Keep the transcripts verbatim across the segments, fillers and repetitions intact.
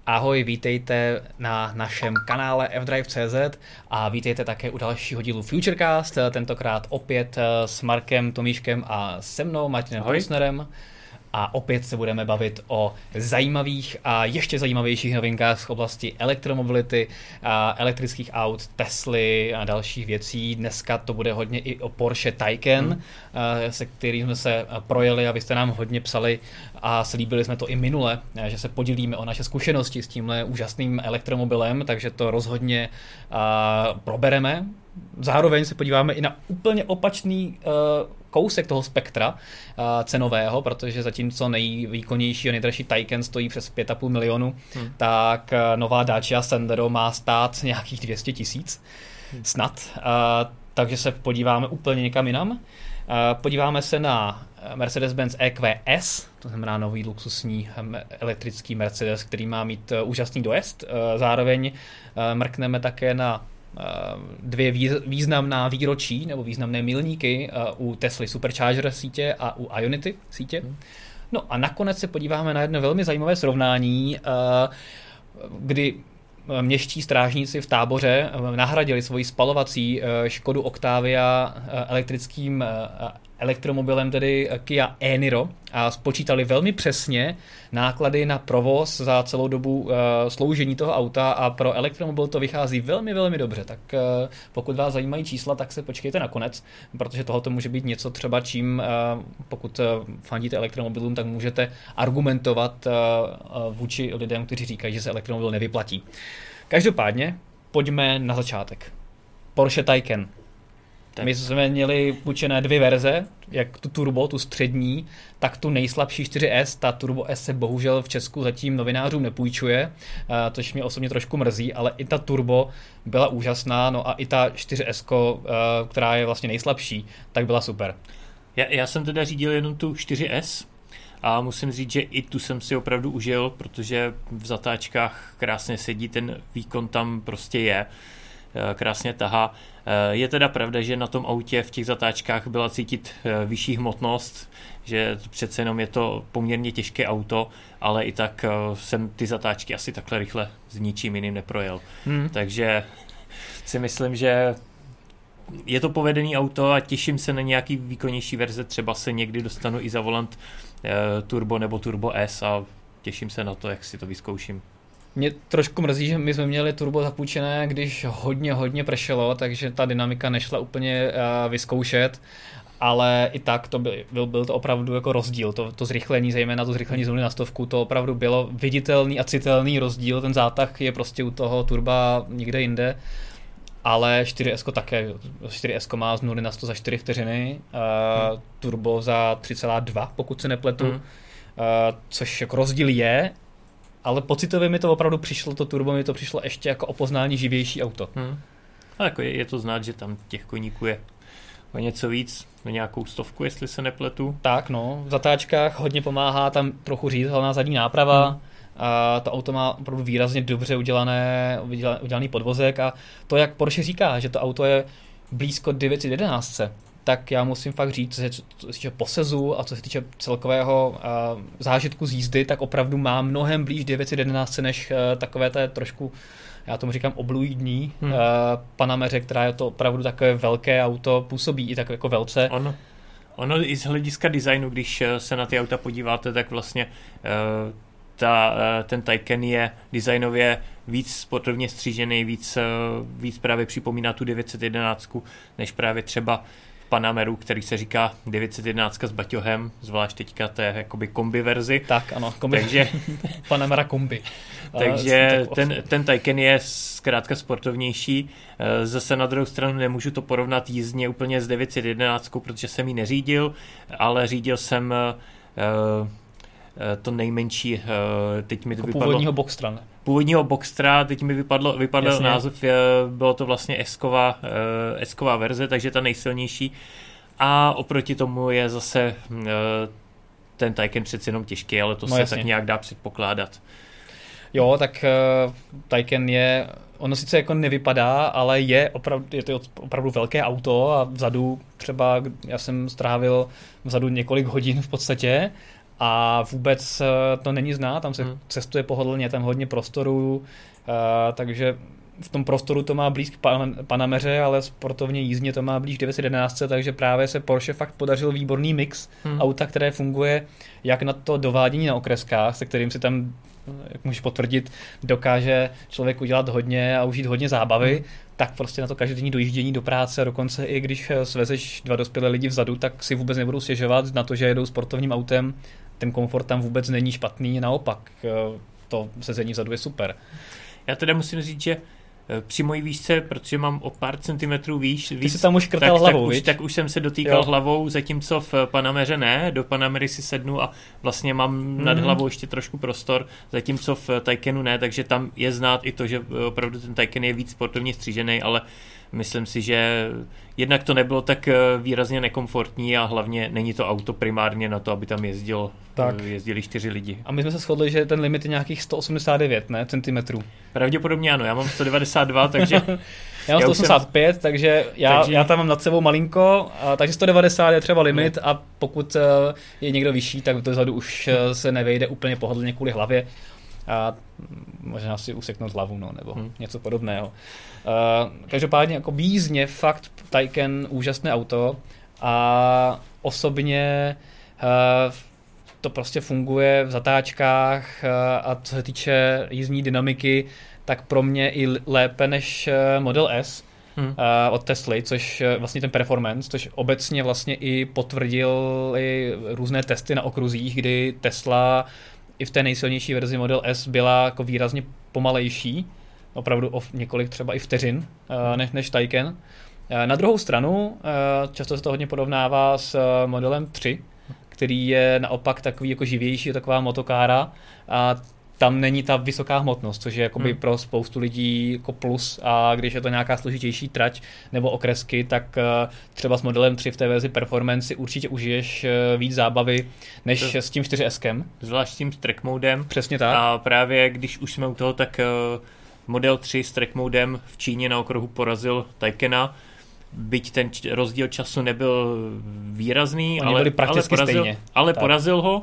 Ahoj, vítejte na našem kanále F Drive tečka cé zet a vítejte také u dalšího dílu Futurecast, tentokrát opět s Markem Tomíškem a se mnou, Martinem Plusnerem. A opět se budeme bavit o zajímavých a ještě zajímavějších novinkách z oblasti elektromobility, a elektrických aut, Tesly a dalších věcí. Dneska to bude hodně i o Porsche Taycan, hmm. se kterým jsme se projeli a vy jste nám hodně psali a slíbili jsme to i minule, že se podělíme o naše zkušenosti s tímhle úžasným elektromobilem, takže to rozhodně probereme. Zároveň se podíváme i na úplně opačný uh, kousek toho spektra uh, cenového, protože zatímco nejvýkonnější a nejdražší Taycan stojí přes pět a půl milionu, hmm. tak uh, nová Dacia Sandero má stát nějakých dvě stě tisíc, hmm. snad. Uh, takže se podíváme úplně někam jinam. Uh, podíváme se na Mercedes-Benz E Q S, to znamená nový luxusní elektrický Mercedes, který má mít uh, úžasný dojezd. Uh, zároveň uh, mrkneme také na dvě významná výročí nebo významné milníky u Tesly Supercharger sítě a u Ionity sítě. No a nakonec se podíváme na jedno velmi zajímavé srovnání, kdy městští strážníci v Táboře nahradili svoji spalovací Škodu Octavia elektrickým elektromobilem, tedy Kia e-Niro, a spočítali velmi přesně náklady na provoz za celou dobu uh, sloužení toho auta a pro elektromobil to vychází velmi, velmi dobře. Tak uh, pokud vás zajímají čísla, tak se počkejte nakonec, protože tohoto může být něco třeba, čím uh, pokud uh, fandíte elektromobilům, tak můžete argumentovat uh, uh, vůči lidem, kteří říkají, že se elektromobil nevyplatí. Každopádně, pojďme na začátek. Porsche Taycan. Tak. My jsme měli půjčené dvě verze, jak tu turbo, tu střední, tak tu nejslabší čtyři S. Ta Turbo S se bohužel v Česku zatím novinářům nepůjčuje, což mě osobně trošku mrzí, ale i ta turbo byla úžasná, no a i ta čtyři S, která je vlastně nejslabší, tak byla super. Já, já jsem teda řídil jenom tu čtyři S a musím říct, že i tu jsem si opravdu užil, protože v zatáčkách krásně sedí, ten výkon tam prostě je. Krásně tahá. Je teda pravda, že na tom autě v těch zatáčkách byla cítit vyšší hmotnost, že přece jenom je to poměrně těžké auto, ale i tak jsem ty zatáčky asi takhle rychle s ničím jiným neprojel. Hmm. Takže si myslím, že je to povedený auto a těším se na nějaký výkonnější verze, třeba se někdy dostanu i za volant Turbo nebo Turbo S a těším se na to, jak si to vyzkouším. Mě trošku mrzí, že my jsme měli turbo zapůjčené, když hodně, hodně pršelo, takže ta dynamika nešla úplně uh, vyzkoušet, ale i tak to byl, byl, byl to opravdu jako rozdíl, to, to zrychlení, zejména to zrychlení z nuly na stovku, to opravdu bylo viditelný a citelný rozdíl, ten zátah je prostě u toho turba nikde jinde, ale čtyři S také, čtyři S má z nuly na sto za čtyři vteřiny, uh, hmm. turbo za tři celá dva, pokud se nepletu, hmm. uh, což jako rozdíl je, ale pocitově mi to opravdu přišlo, to turbo mi to přišlo ještě jako o poznání živější auto. Hmm. A jako je, je to znát, že tam těch koníků je o něco víc, o nějakou stovku, jestli se nepletu. Tak no, v zatáčkách hodně pomáhá tam trochu říct hlavná zadní náprava. Hmm. A to auto má opravdu výrazně dobře udělané, udělaný podvozek a to, jak Porsche říká, že to auto je blízko devět set jedenáct, tak já musím fakt říct, že co se týče posezu a co se týče celkového uh, zážitku z jízdy, tak opravdu má mnohem blíž devět set jedenáct než uh, takové té trošku, já tomu říkám obluidní hmm. uh, Panameře, která je to opravdu takové velké auto, působí i tak jako velce. Ono, ono i z hlediska designu, když se na ty auta podíváte, tak vlastně uh, ta, uh, ten Taycan je designově víc sportovně střížený, víc, uh, víc právě připomíná tu devět set jedenáct, než právě třeba Panameru, který se říká devět set jedenáct s baťohem, zvlášť teďka té jakoby kombi verzi. Tak ano, kombi. Takže Panamera kombi. Takže ten, ten Taycan je zkrátka sportovnější. Zase na druhou stranu nemůžu to porovnat jízdně úplně s devět set jedenáct, protože jsem ji neřídil, ale řídil jsem uh, to nejmenší, teď mi to jako vypadlo. Původního Boxstra, ne? Původního Boxstra, teď mi vypadlo, vypadl název, bylo to vlastně S-ková, S-ková verze, takže ta nejsilnější. A oproti tomu je zase ten Taycan přeci jenom těžký, ale to no se jasně. tak nějak dá předpokládat. Jo, tak uh, Taycan je, ono sice jako nevypadá, ale je opravdu, je to opravdu velké auto a vzadu třeba, já jsem strávil vzadu několik hodin v podstatě, a vůbec to není znát, tam se hmm. cestuje pohodlně, tam hodně prostoru, takže v tom prostoru to má blíž k Panameře, ale sportovně jízdně to má blíž devět set jedenáct, takže právě se Porsche fakt podařil výborný mix hmm. auta, které funguje jak na to dovádění na okreskách, se kterým si tam, jak můžeš potvrdit, dokáže člověk udělat hodně a užít hodně zábavy, hmm. tak prostě na to každodenní dojíždění do práce, dokonce i když svezeš dva dospělé lidi vzadu, tak si vůbec nebudou stěžovat na to, že jedou sportovním autem, ten komfort tam vůbec není špatný, naopak to sezení vzadu je super. Já teda musím říct, že při mojí výšce, protože mám o pár centimetrů výš, Ty jsi tam už krtal tak, hlavou, tak, už, tak už jsem se dotýkal jo. hlavou, zatímco v Panameře ne, do Panamery si sednu a vlastně mám mm. nad hlavou ještě trošku prostor, zatímco v Taycanu ne, takže tam je znát i to, že opravdu ten Taycan je víc sportovně střížený, ale myslím si, že jednak to nebylo tak výrazně nekomfortní a hlavně není to auto primárně na to, aby tam jezdilo, tak. jezdili čtyři lidi. A my jsme se shodli, že ten limit je nějakých sto osmdesát devět, ne, centimetrů. Pravděpodobně ano, já mám sto devadesát dva, takže... já mám sto osmdesát pět, jsem... takže, já, takže já tam mám nad sebou malinko, a, takže sto devadesát je třeba limit no. a pokud je někdo vyšší, tak to zadu už se nevejde úplně pohodlně kvůli hlavě a možná si useknout hlavu, no, nebo hmm. něco podobného. Uh, každopádně jako jízdně fakt Taycan úžasné auto a osobně uh, to prostě funguje v zatáčkách uh, a co se týče jízdní dynamiky, tak pro mě i lépe než Model S hmm. uh, od Tesly, což vlastně ten performance, což obecně vlastně i potvrdil i různé testy na okruzích, kdy Tesla i v té nejsilnější verzi Model S byla jako výrazně pomalejší, opravdu o několik třeba i vteřin uh, než, než Taycan. Uh, na druhou stranu, uh, často se to hodně porovnává s uh, Modelem tři, který je naopak takový jako živější, taková motokára a tam není ta vysoká hmotnost, což je jakoby hmm. pro spoustu lidí jako plus a když je to nějaká složitější trať nebo okresky, tak uh, třeba s Modelem tři v té verzi Performance si určitě užiješ uh, víc zábavy než to, s tím čtyři eskem. Zvlášť s tím track modem. Přesně tak. A právě když už jsme u toho, tak uh, Model tři s track modem v Číně na okruhu porazil Taycana, byť ten č- rozdíl času nebyl výrazný, Oni ale, byli prakticky ale, porazil, stejně. ale porazil ho.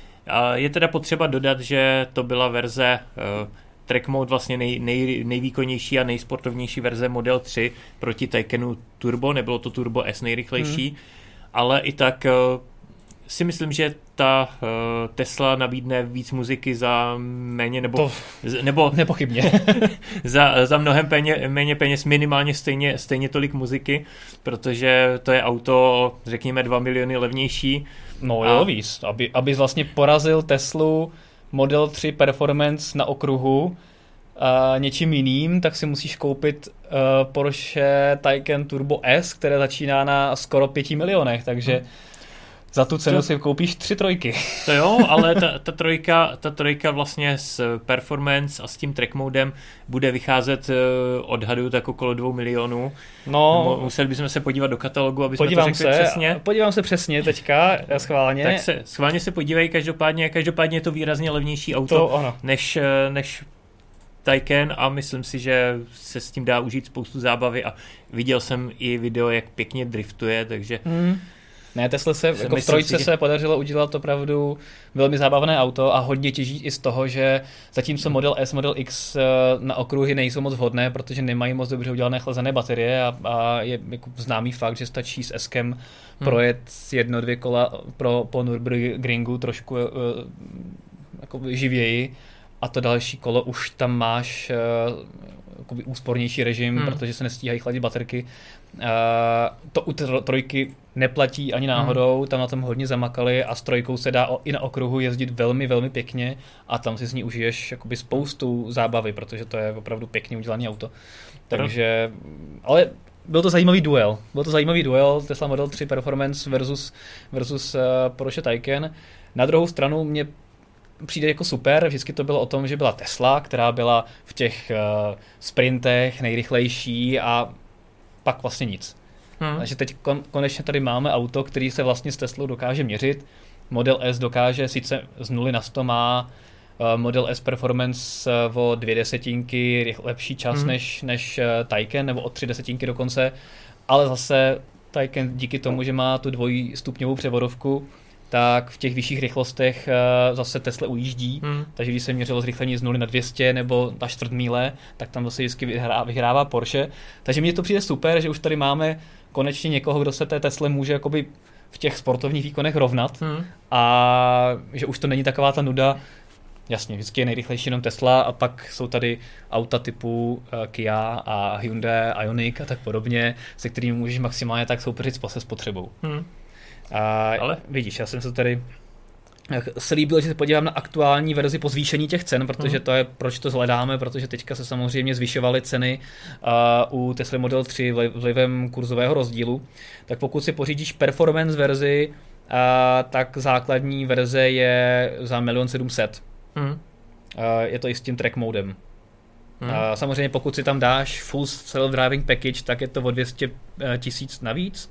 A je teda potřeba dodat, že to byla verze uh, track mode, vlastně nej, nej, nejvýkonnější a nejsportovnější verze Model tři proti Taycanu Turbo, nebylo to Turbo S nejrychlejší, hmm. ale i tak uh, si myslím, že ta uh, Tesla nabídne víc muziky za méně nebo... To z, nebo nepochybně. za, za mnohem peně, méně peněz, minimálně stejně, stejně tolik muziky, protože to je auto, řekněme, dva miliony levnější. No jo, víc. Aby, aby vlastně porazil Teslu Model tři Performance na okruhu a něčím jiným, tak si musíš koupit uh, Porsche Taycan Turbo S, které začíná na skoro pěti milionech, takže hmm. za tu cenu to, si koupíš tři trojky. To jo, ale ta, ta, trojka, ta trojka vlastně s Performance a s tím track modem bude vycházet odhadu tak okolo dvou milionů. No, museli bychom se podívat do katalogu, aby jsme to řekli se, přesně. Podívám se přesně teďka, schválně. Tak se schválně se podívej, každopádně, každopádně je to výrazně levnější auto to, než, než Taycan a myslím si, že se s tím dá užít spoustu zábavy a viděl jsem i video, jak pěkně driftuje, takže... Hmm. Ne, Tesla se, jako v trojce si, se podařilo udělat opravdu velmi zábavné auto a hodně těží i z toho, že zatímco Model S, Model X na okruhy nejsou moc vhodné, protože nemají moc dobře udělané chlazené baterie a, a je jako známý fakt, že stačí s S-kem hmm. projet jedno, dvě kola pro, po Nürburgringu trošku uh, jako živěji a to další kolo už tam máš uh, úspornější režim, hmm. protože se nestíhají chladit baterky. Uh, to u trojky neplatí ani náhodou, hmm. tam na tom hodně zamakali a s trojkou se dá o, i na okruhu jezdit velmi, velmi pěkně a tam si z ní užiješ jakoby spoustu zábavy, protože to je opravdu pěkně udělané auto. Takže, ale byl to zajímavý duel. Byl to zajímavý duel Tesla Model tři Performance versus, versus uh, Porsche Taycan. Na druhou stranu mě přijde jako super, vždycky to bylo o tom, že byla Tesla, která byla v těch uh, sprintech nejrychlejší a pak vlastně nic. Hmm. Takže teď kon, konečně tady máme auto, který se vlastně s Teslou dokáže měřit. Model S dokáže, sice z nuly na sto má uh, Model S Performance uh, o dvě desetinky lepší čas hmm. než, než uh, Taycan, nebo o tři desetinky dokonce, ale zase Taycan díky tomu, že má tu dvojstupňovou převodovku, tak v těch vyšších rychlostech zase Tesla ujíždí, hmm. takže když se měřilo zrychlení z nuly na dvě stě nebo na čtvrt míle, tak tam zase vždycky vyhrává, vyhrává Porsche. Takže mně to přijde super, že už tady máme konečně někoho, kdo se té Tesle může jakoby v těch sportovních výkonech rovnat hmm. a že už to není taková ta nuda. Jasně, vždycky je nejrychlejší jenom Tesla a pak jsou tady auta typu uh, Kia a Hyundai Ioniq a tak podobně, se kterými můžeš maximálně tak soupeřit se spotřebou. Hmm. A ale vidíš, já jsem se tady slíbil, že se podívám na aktuální verzi po zvýšení těch cen, protože hmm. to je, proč to hledáme, protože teďka se samozřejmě zvyšovaly ceny uh, u Tesla Model tři vlivem kurzového rozdílu. Tak pokud si pořídíš performance verzi, uh, tak základní verze je za milion sedm set. Hmm. Uh, je to i s tím track modem. Hmm. Uh, samozřejmě pokud si tam dáš full self-driving package, tak je to o dvě stě tisíc navíc.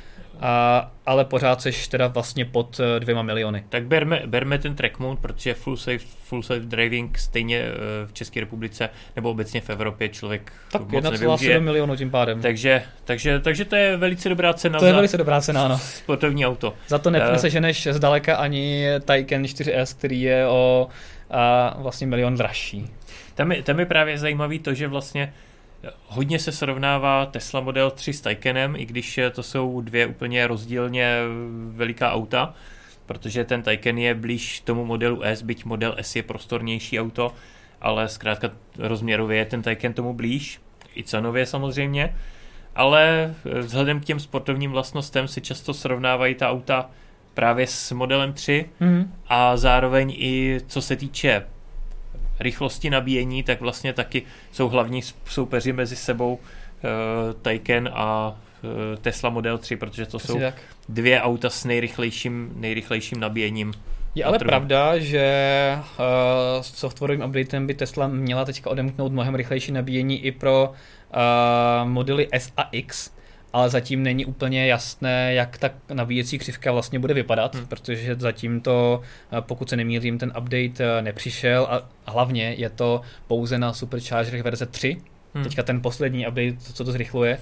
A, ale pořád seš teda vlastně pod dvěma miliony. Tak berme, berme ten track mode, protože full safe, full safe driving stejně v České republice nebo obecně v Evropě člověk tak moc nevyužije. Tak jedna celá sedm milionu tím pádem. Takže, takže, takže to je velice dobrá cena. To je velice dobrá cena, ano. Sportovní auto. Za to nepřeseženeš zdaleka ani Taycan čtyři es, který je o a, vlastně milion dražší. Tam je, tam je právě zajímavý to, že vlastně hodně se srovnává Tesla Model tři s Taycanem, i když to jsou dvě úplně rozdílně veliká auta, protože ten Taycan je blíž tomu modelu S, byť model S je prostornější auto, ale zkrátka rozměrově je ten Taycan tomu blíž, i cenově samozřejmě, ale vzhledem k těm sportovním vlastnostem si často srovnávají ta auta právě s modelem tři mm-hmm. a zároveň i co se týče rychlosti nabíjení, tak vlastně taky jsou hlavní soupeři mezi sebou uh, Taycan a uh, Tesla Model tři, protože to Asi jsou tak. dvě auta s nejrychlejším, nejrychlejším nabíjením. Je ale pravda, že uh, s softwarovým updatem by Tesla měla teďka odemknout mnohem rychlejší nabíjení i pro uh, modely S a X, ale zatím není úplně jasné, jak ta nabíjecí křivka vlastně bude vypadat, hmm. protože zatím to, pokud se nemýlím, ten update nepřišel a hlavně je to pouze na Superchargerech verze tři, hmm. teďka ten poslední update, co to zrychluje,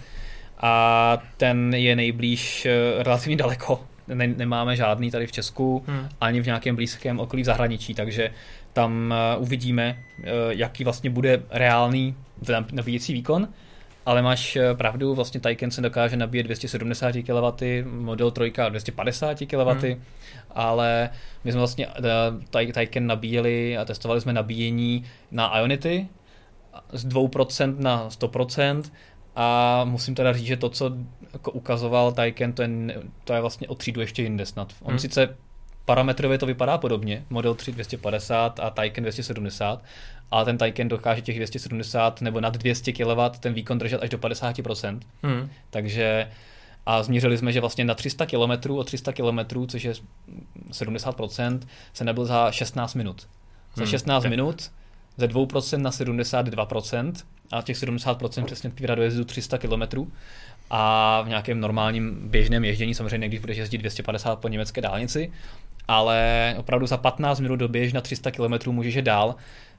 a ten je nejblíž relativně daleko. Ne, nemáme žádný tady v Česku, hmm. ani v nějakém blízkém okolí v zahraničí, takže tam uvidíme, jaký vlastně bude reálný nabíjecí výkon. Ale máš pravdu, vlastně Taycan se dokáže nabíjet dvě stě sedmdesát kilowattů, Model tři dvě stě padesát kilowattů, hmm. ale my jsme vlastně Taycan nabíjeli a testovali jsme nabíjení na Ionity z dvě procenta na sto procent a musím teda říct, že to, co jako ukazoval Taycan, to je, to je vlastně o třídu ještě jinde snad. On hmm. sice parametrově to vypadá podobně, Model tři dvě stě padesát a Taycan dvě stě sedmdesát, ale ten Taycan dokáže těch dvě stě sedmdesát nebo nad dvě stě kilowattů ten výkon držet až do padesát procent. Hmm. Takže a změřili jsme, že vlastně na tři sta kilometrů, o tři sta kilometrů, což je sedmdesát procent, se nebyl za šestnáct minut. Za hmm. šestnáct tak. minut ze dvě procenta na sedmdesát dva procent a těch sedmdesát procent přesně odpovídá dojezdu tři sta kilometrů. A v nějakém normálním běžném ježdění, samozřejmě když budeš jezdit dvě stě padesát po německé dálnici, ale opravdu za patnáct minut doběž na tři sta kilometrů můžeš jít dál.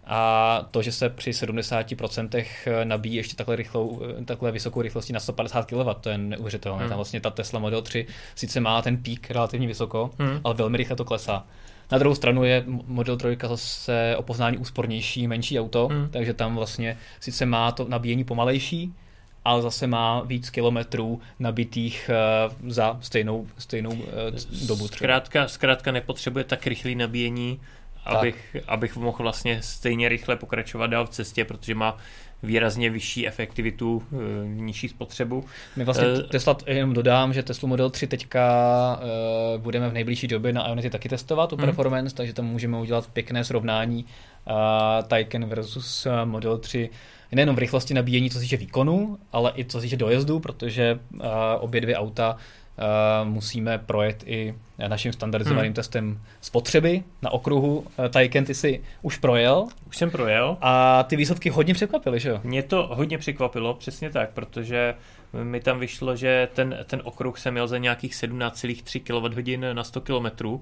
A to, že se při sedmdesáti procentech nabíjí ještě takhle, rychlou, takhle vysokou rychlostí na sto padesát kilowattů, to je neuvěřitelné. Hmm. Tam vlastně ta Tesla Model tři sice má ten pík relativně vysoko, hmm. ale velmi rychle to klesá. Na druhou stranu je Model tři zase o poznání úspornější, menší auto, hmm. takže tam vlastně sice má to nabíjení pomalejší, ale zase má víc kilometrů nabitých uh, za stejnou, stejnou uh, dobu. Zkrátka, zkrátka nepotřebuje tak rychlé nabíjení, abych, abych mohl vlastně stejně rychle pokračovat dál v cestě, protože má výrazně vyšší efektivitu, uh, nižší spotřebu. My vlastně uh, Tesla, jenom dodám, že Tesla Model tři teďka uh, budeme v nejbližší době na Ionity taky testovat u hmm. performance, takže tam můžeme udělat pěkné srovnání uh, Taycan versus uh, Model tři. Nejenom v rychlosti nabíjení, co se týče výkonu, ale i co se týče dojezdu, protože uh, obě dvě auta uh, musíme projet i naším standardizovaným hmm. testem spotřeby na okruhu. Uh, Taycan, ty jsi už projel. Už jsem projel. A ty výsledky hodně překvapily, že jo? Mě to hodně překvapilo, přesně tak, protože mi tam vyšlo, že ten, ten okruh jsem jel za nějakých sedmnáct celá tři kilowatthodin na sto kilometrů.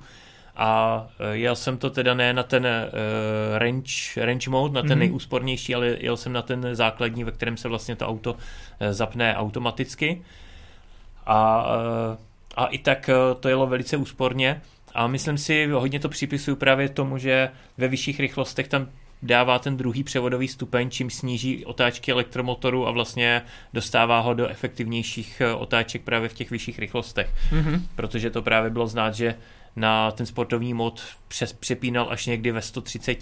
A jel jsem to teda ne na ten uh, range, range mode, na ten mm-hmm. nejúspornější, ale jel jsem na ten základní, ve kterém se vlastně to auto uh, zapne automaticky. A, uh, a i tak uh, to jelo velice úsporně. A myslím si, hodně to připisuju právě tomu, že ve vyšších rychlostech tam dává ten druhý převodový stupeň, čím sníží otáčky elektromotoru a vlastně dostává ho do efektivnějších otáček právě v těch vyšších rychlostech. Mm-hmm. Protože to právě bylo znát, že na ten sportovní mod přes, přepínal až někdy ve sto třicet,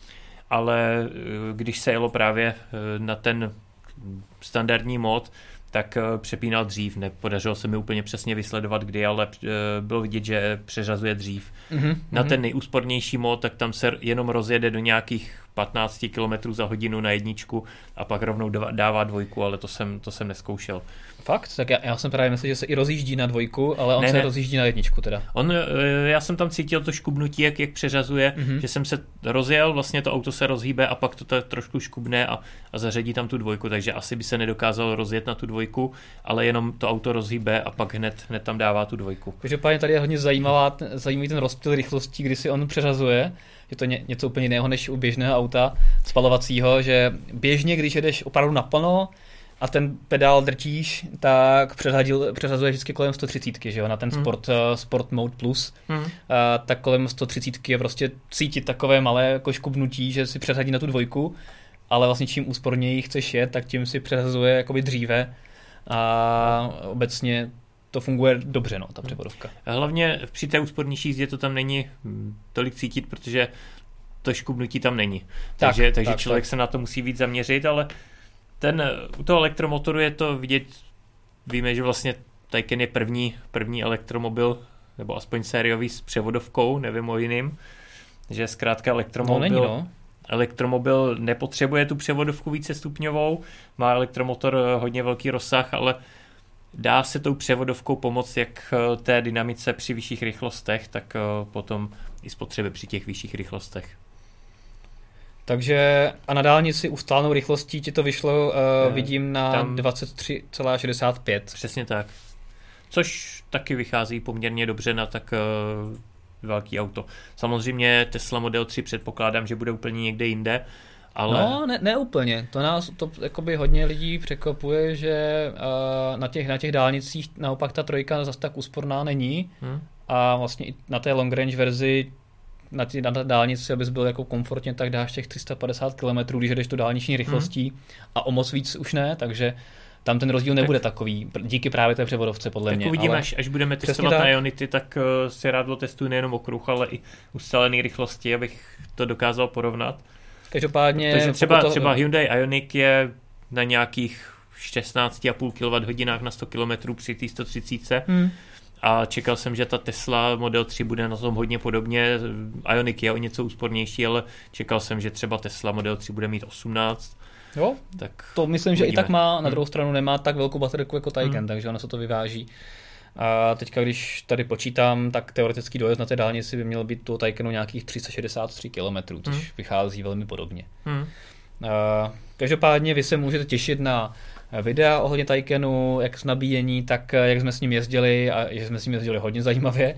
ale když se jelo právě na ten standardní mod, tak přepínal dřív. Nepodařilo se mi úplně přesně vysledovat, kdy, ale bylo vidět, že přeřazuje dřív. Mm-hmm. Na ten nejúspornější mod, tak tam se jenom rozjede do nějakých patnáct kilometrů za hodinu na jedničku a pak rovnou dává dvojku, ale to jsem, to jsem neskoušel. Fakt? Tak já, já jsem právě myslel, že se i rozjíždí na dvojku, ale on ne, se ne. rozjíždí na jedničku teda. On, já jsem tam cítil to škubnutí, jak, jak přeřazuje, mm-hmm. že jsem se rozjel, vlastně to auto se rozhýbe a pak to tak trošku škubne a, a zařadí tam tu dvojku, takže asi by se nedokázal rozjet na tu dvojku, ale jenom to auto rozhýbe a pak hned, hned tam dává tu dvojku. Každopádně tady je hodně zajímavá, zajímavý ten rozptyl rychlostí, kdy si on přeřazuje. Je to ně, něco úplně jiného než u běžného auta spalovacího, že běžně, když jedeš opravdu naplno a ten pedál drtíš, tak přeřadil, přeřazuje vždycky kolem sto třicet, že jo, na ten hmm. sport, uh, sport mode plus, hmm. uh, tak kolem sto třicet je prostě cítit takové malé jako škubnutí, že si přeřadí na tu dvojku, ale vlastně čím úsporněji chceš jet, tak tím si přeřazuje jakoby dříve a obecně to funguje dobře, no, ta převodovka. Hlavně při té úspornější jízdě to tam není tolik cítit, protože to škubnutí tam není. Tak, takže takže tak, člověk tak. se na to musí víc zaměřit, ale ten, u toho elektromotoru je to vidět, víme, že vlastně Taycan je první, první elektromobil, nebo aspoň sériový s převodovkou, nevím o jiným, že zkrátka elektromobil, no, není, no. elektromobil nepotřebuje tu převodovku vícestupňovou, má elektromotor hodně velký rozsah, ale dá se tou převodovkou pomoct jak té dynamice při vyšších rychlostech, tak potom i spotřeby při těch vyšších rychlostech. Takže a na dálnici ustálnou rychlostí ti to vyšlo, uh, vidím, na dvacet tři celá šedesát pět. Přesně tak. Což taky vychází poměrně dobře na tak uh, velký auto. Samozřejmě Tesla Model tři předpokládám, že bude úplně někde jinde, ale... No, ne, ne úplně. To nás to jakoby hodně lidí překvapuje, že uh, na, těch, na těch dálnicích naopak ta trojka zase tak úsporná není. Hmm. A vlastně i na té long range verzi na, tý, na té dálnici, abys byl jako komfortně, tak dáš těch tři sta padesát kilometrů, když jdeš do dálniční rychlostí hmm. a o moc víc už ne, takže tam ten rozdíl nebude tak takový, díky právě té převodovce, podle tak mě. Uvidíme, ale... až, až budeme testovat na Ionity, tak uh, si rád testuju nejenom okruh, ale i ustálené rychlosti, abych to dokázal porovnat. Každopádně... Protože třeba, to... třeba Hyundai Ioniq je na nějakých šestnáct celá pět kilowatthodin na sto kilometrů při té sto třicet. Hmm. A čekal jsem, že ta Tesla Model tři bude na tom hodně podobně. Ioniq je o něco úspornější, ale čekal jsem, že třeba Tesla Model tři bude mít osmnáct. Jo, tak to myslím, uvidíme. Že i tak má, na druhou stranu nemá tak velkou baterku jako Taycan, hmm. takže ono se to vyváží. A teďka, když tady počítám, tak teoretický dojezd na té dálnici by měl být tu Taycanu nějakých tři sta šedesát tři kilometrů, což hmm. vychází velmi podobně. Hmm. A každopádně vy se můžete těšit na videa ohledně Taycanu, jak z nabíjení, tak jak jsme s ním jezdili, a že jsme s ním jezdili hodně zajímavě.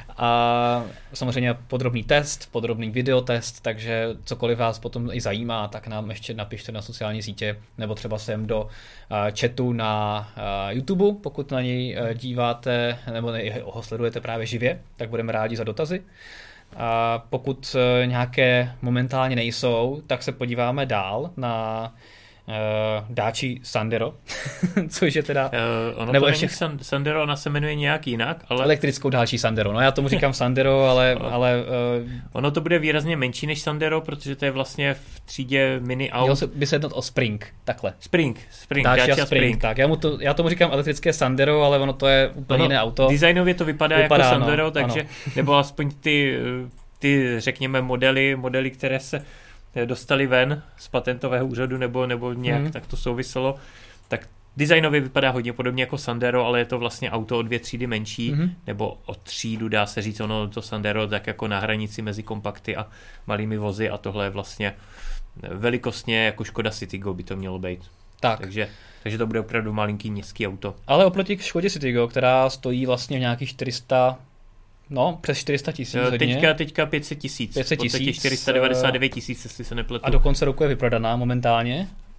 A samozřejmě podrobný test, podrobný videotest, takže cokoliv vás potom i zajímá, tak nám ještě napište na sociální sítě, nebo třeba sem do chatu na YouTube, pokud na něj díváte, nebo ho sledujete právě živě, tak budeme rádi za dotazy. A pokud nějaké momentálně nejsou, tak se podíváme dál na Uh, Dacia Sandero, což je teda... Uh, ono nebo to ještě... není Sandero, ona se jmenuje nějak jinak, ale... Elektrickou Dacia Sandero, no já tomu říkám Sandero, ale... ale uh... Ono to bude výrazně menší než Sandero, protože to je vlastně v třídě mini aut. Mělo se, by se jednat o Spring, takhle. Spring, Spring, Dacia, Dacia Spring, Spring. Tak já, mu to, já tomu říkám elektrické Sandero, ale ono to je úplně ono, jiné auto. Designově to vypadá, vypadá jako Sandero, no, takže... Ano. Nebo aspoň ty, ty, řekněme, modely, modely, které se... dostali ven z patentového úřadu nebo, nebo nějak hmm. tak to souviselo, tak designově vypadá hodně podobně jako Sandero, ale je to vlastně auto o dvě třídy menší, hmm. nebo o třídu, dá se říct, ono to Sandero tak jako na hranici mezi kompakty a malými vozy a tohle je vlastně velikostně jako Škoda Citigo by to mělo být. Tak. Takže, takže to bude opravdu malinký městský auto. Ale oproti Škodě Citigo, která stojí vlastně v nějakých čtyři sta No, přes čtyři sta tisíc. Teďka, teďka pět set tisíc. pět set tisíc. čtyři sta devadesát devět tisíc, jestli se nepletu. A do konce roku je vyprodaná momentálně.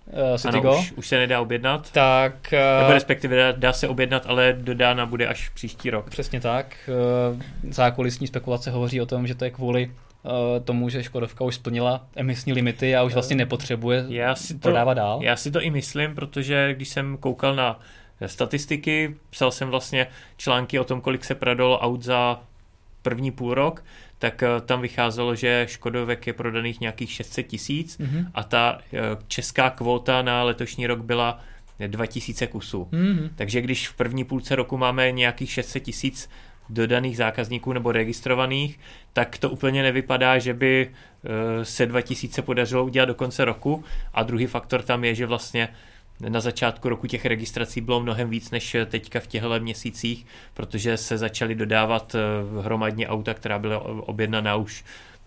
uh, Citigo. Ano, už, už se nedá objednat. Tak, uh, Nebo respektive dá, dá se objednat, ale dodána bude až příští rok. Přesně tak. Uh, zákulisní spekulace hovoří o tom, že to je kvůli uh, tomu, že Škodovka už splnila emisní limity a už vlastně nepotřebuje já si to, prodávat dál. Já si to i myslím, protože když jsem koukal na statistiky, psal jsem vlastně články o tom, kolik se prodalo aut za první půl rok, tak tam vycházelo, že Škodovek je prodaných nějakých šest set tisíc mm-hmm. a ta česká kvóta na letošní rok byla dva tisíce kusů. Mm-hmm. Takže když v první půlce roku máme nějakých šest set tisíc dodaných zákazníků nebo registrovaných, tak to úplně nevypadá, že by se dva tisíce podařilo udělat do konce roku. A druhý faktor tam je, že vlastně na začátku roku těch registrací bylo mnohem víc než teďka v těchto měsících, protože se začaly dodávat hromadně auta, která byla objednaná už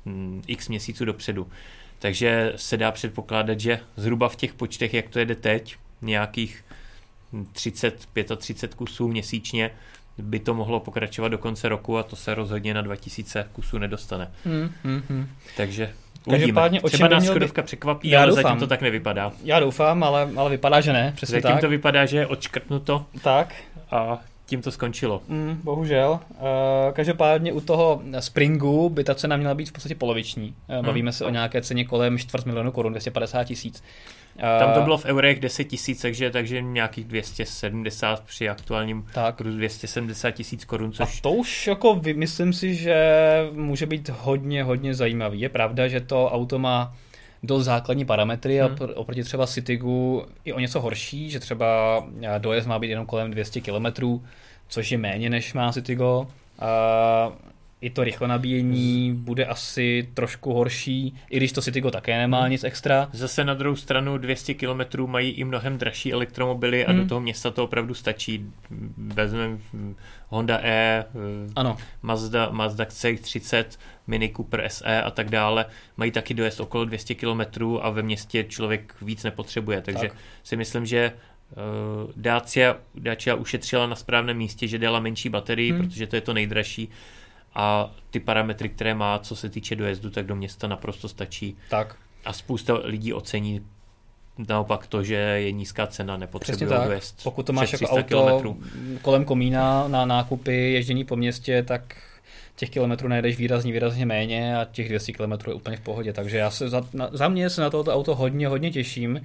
x měsíců dopředu. Takže se dá předpokládat, že zhruba v těch počtech, jak to jede teď, nějakých třicet třicet pět kusů měsíčně, by to mohlo pokračovat do konce roku a to se rozhodně na dva tisíce kusů nedostane. Hmm, hmm, hmm. Takže uvidíme. Třeba nás Škodovka by... překvapí, já ale doufám. Zatím to tak nevypadá. Já doufám, ale, ale vypadá, že ne. Přesně zatím tak. to vypadá, že je odškrtnuto. Tak. A tím to skončilo. Mm, bohužel. Uh, každopádně u toho Springu by ta cena měla být v podstatě poloviční. Uh, bavíme hmm. se o nějaké ceně kolem čtvrt milionu korun, dvě stě padesát tisíc. Uh, Tam to bylo v eurech deset tisíc, takže, takže nějakých dvě stě sedmdesát při aktuálním kurzu dvě stě sedmdesát tisíc korun. Což... A to už jako myslím si, že může být hodně, hodně zajímavý. Je pravda, že to auto má dost základní parametry hmm. a oproti třeba Citigu i o něco horší, že třeba dojezd má být jenom kolem dvě stě kilometrů, což je méně než má Citigo. A i to rychle nabíjení bude asi trošku horší, i když to Citigo také nemá hmm. nic extra. Zase na druhou stranu dvě stě kilometrů mají i mnohem dražší elektromobily a hmm. do toho města to opravdu stačí. Vezmeme Honda E, ano. Mazda, Mazda C X třicet, Mini Cooper S E a tak dále. Mají taky dojezd okolo dvě stě kilometrů a ve městě člověk víc nepotřebuje. Takže tak. si myslím, že uh, Dacia, Dacia ušetřila na správném místě, že dala menší baterii, hmm. protože to je to nejdražší. A ty parametry, které má, co se týče dojezdu, tak do města naprosto stačí. Tak. A spousta lidí ocení naopak to, že je nízká cena, nepotřebuje dojezd. Pokud to máš jako auto kilometrů. Kolem komína na nákupy, ježdění po městě, tak těch kilometrů najedeš výrazně, výrazně méně a těch dvě stě kilometrů je úplně v pohodě. Takže já se za, na, za mě se na tohoto auto hodně, hodně těším.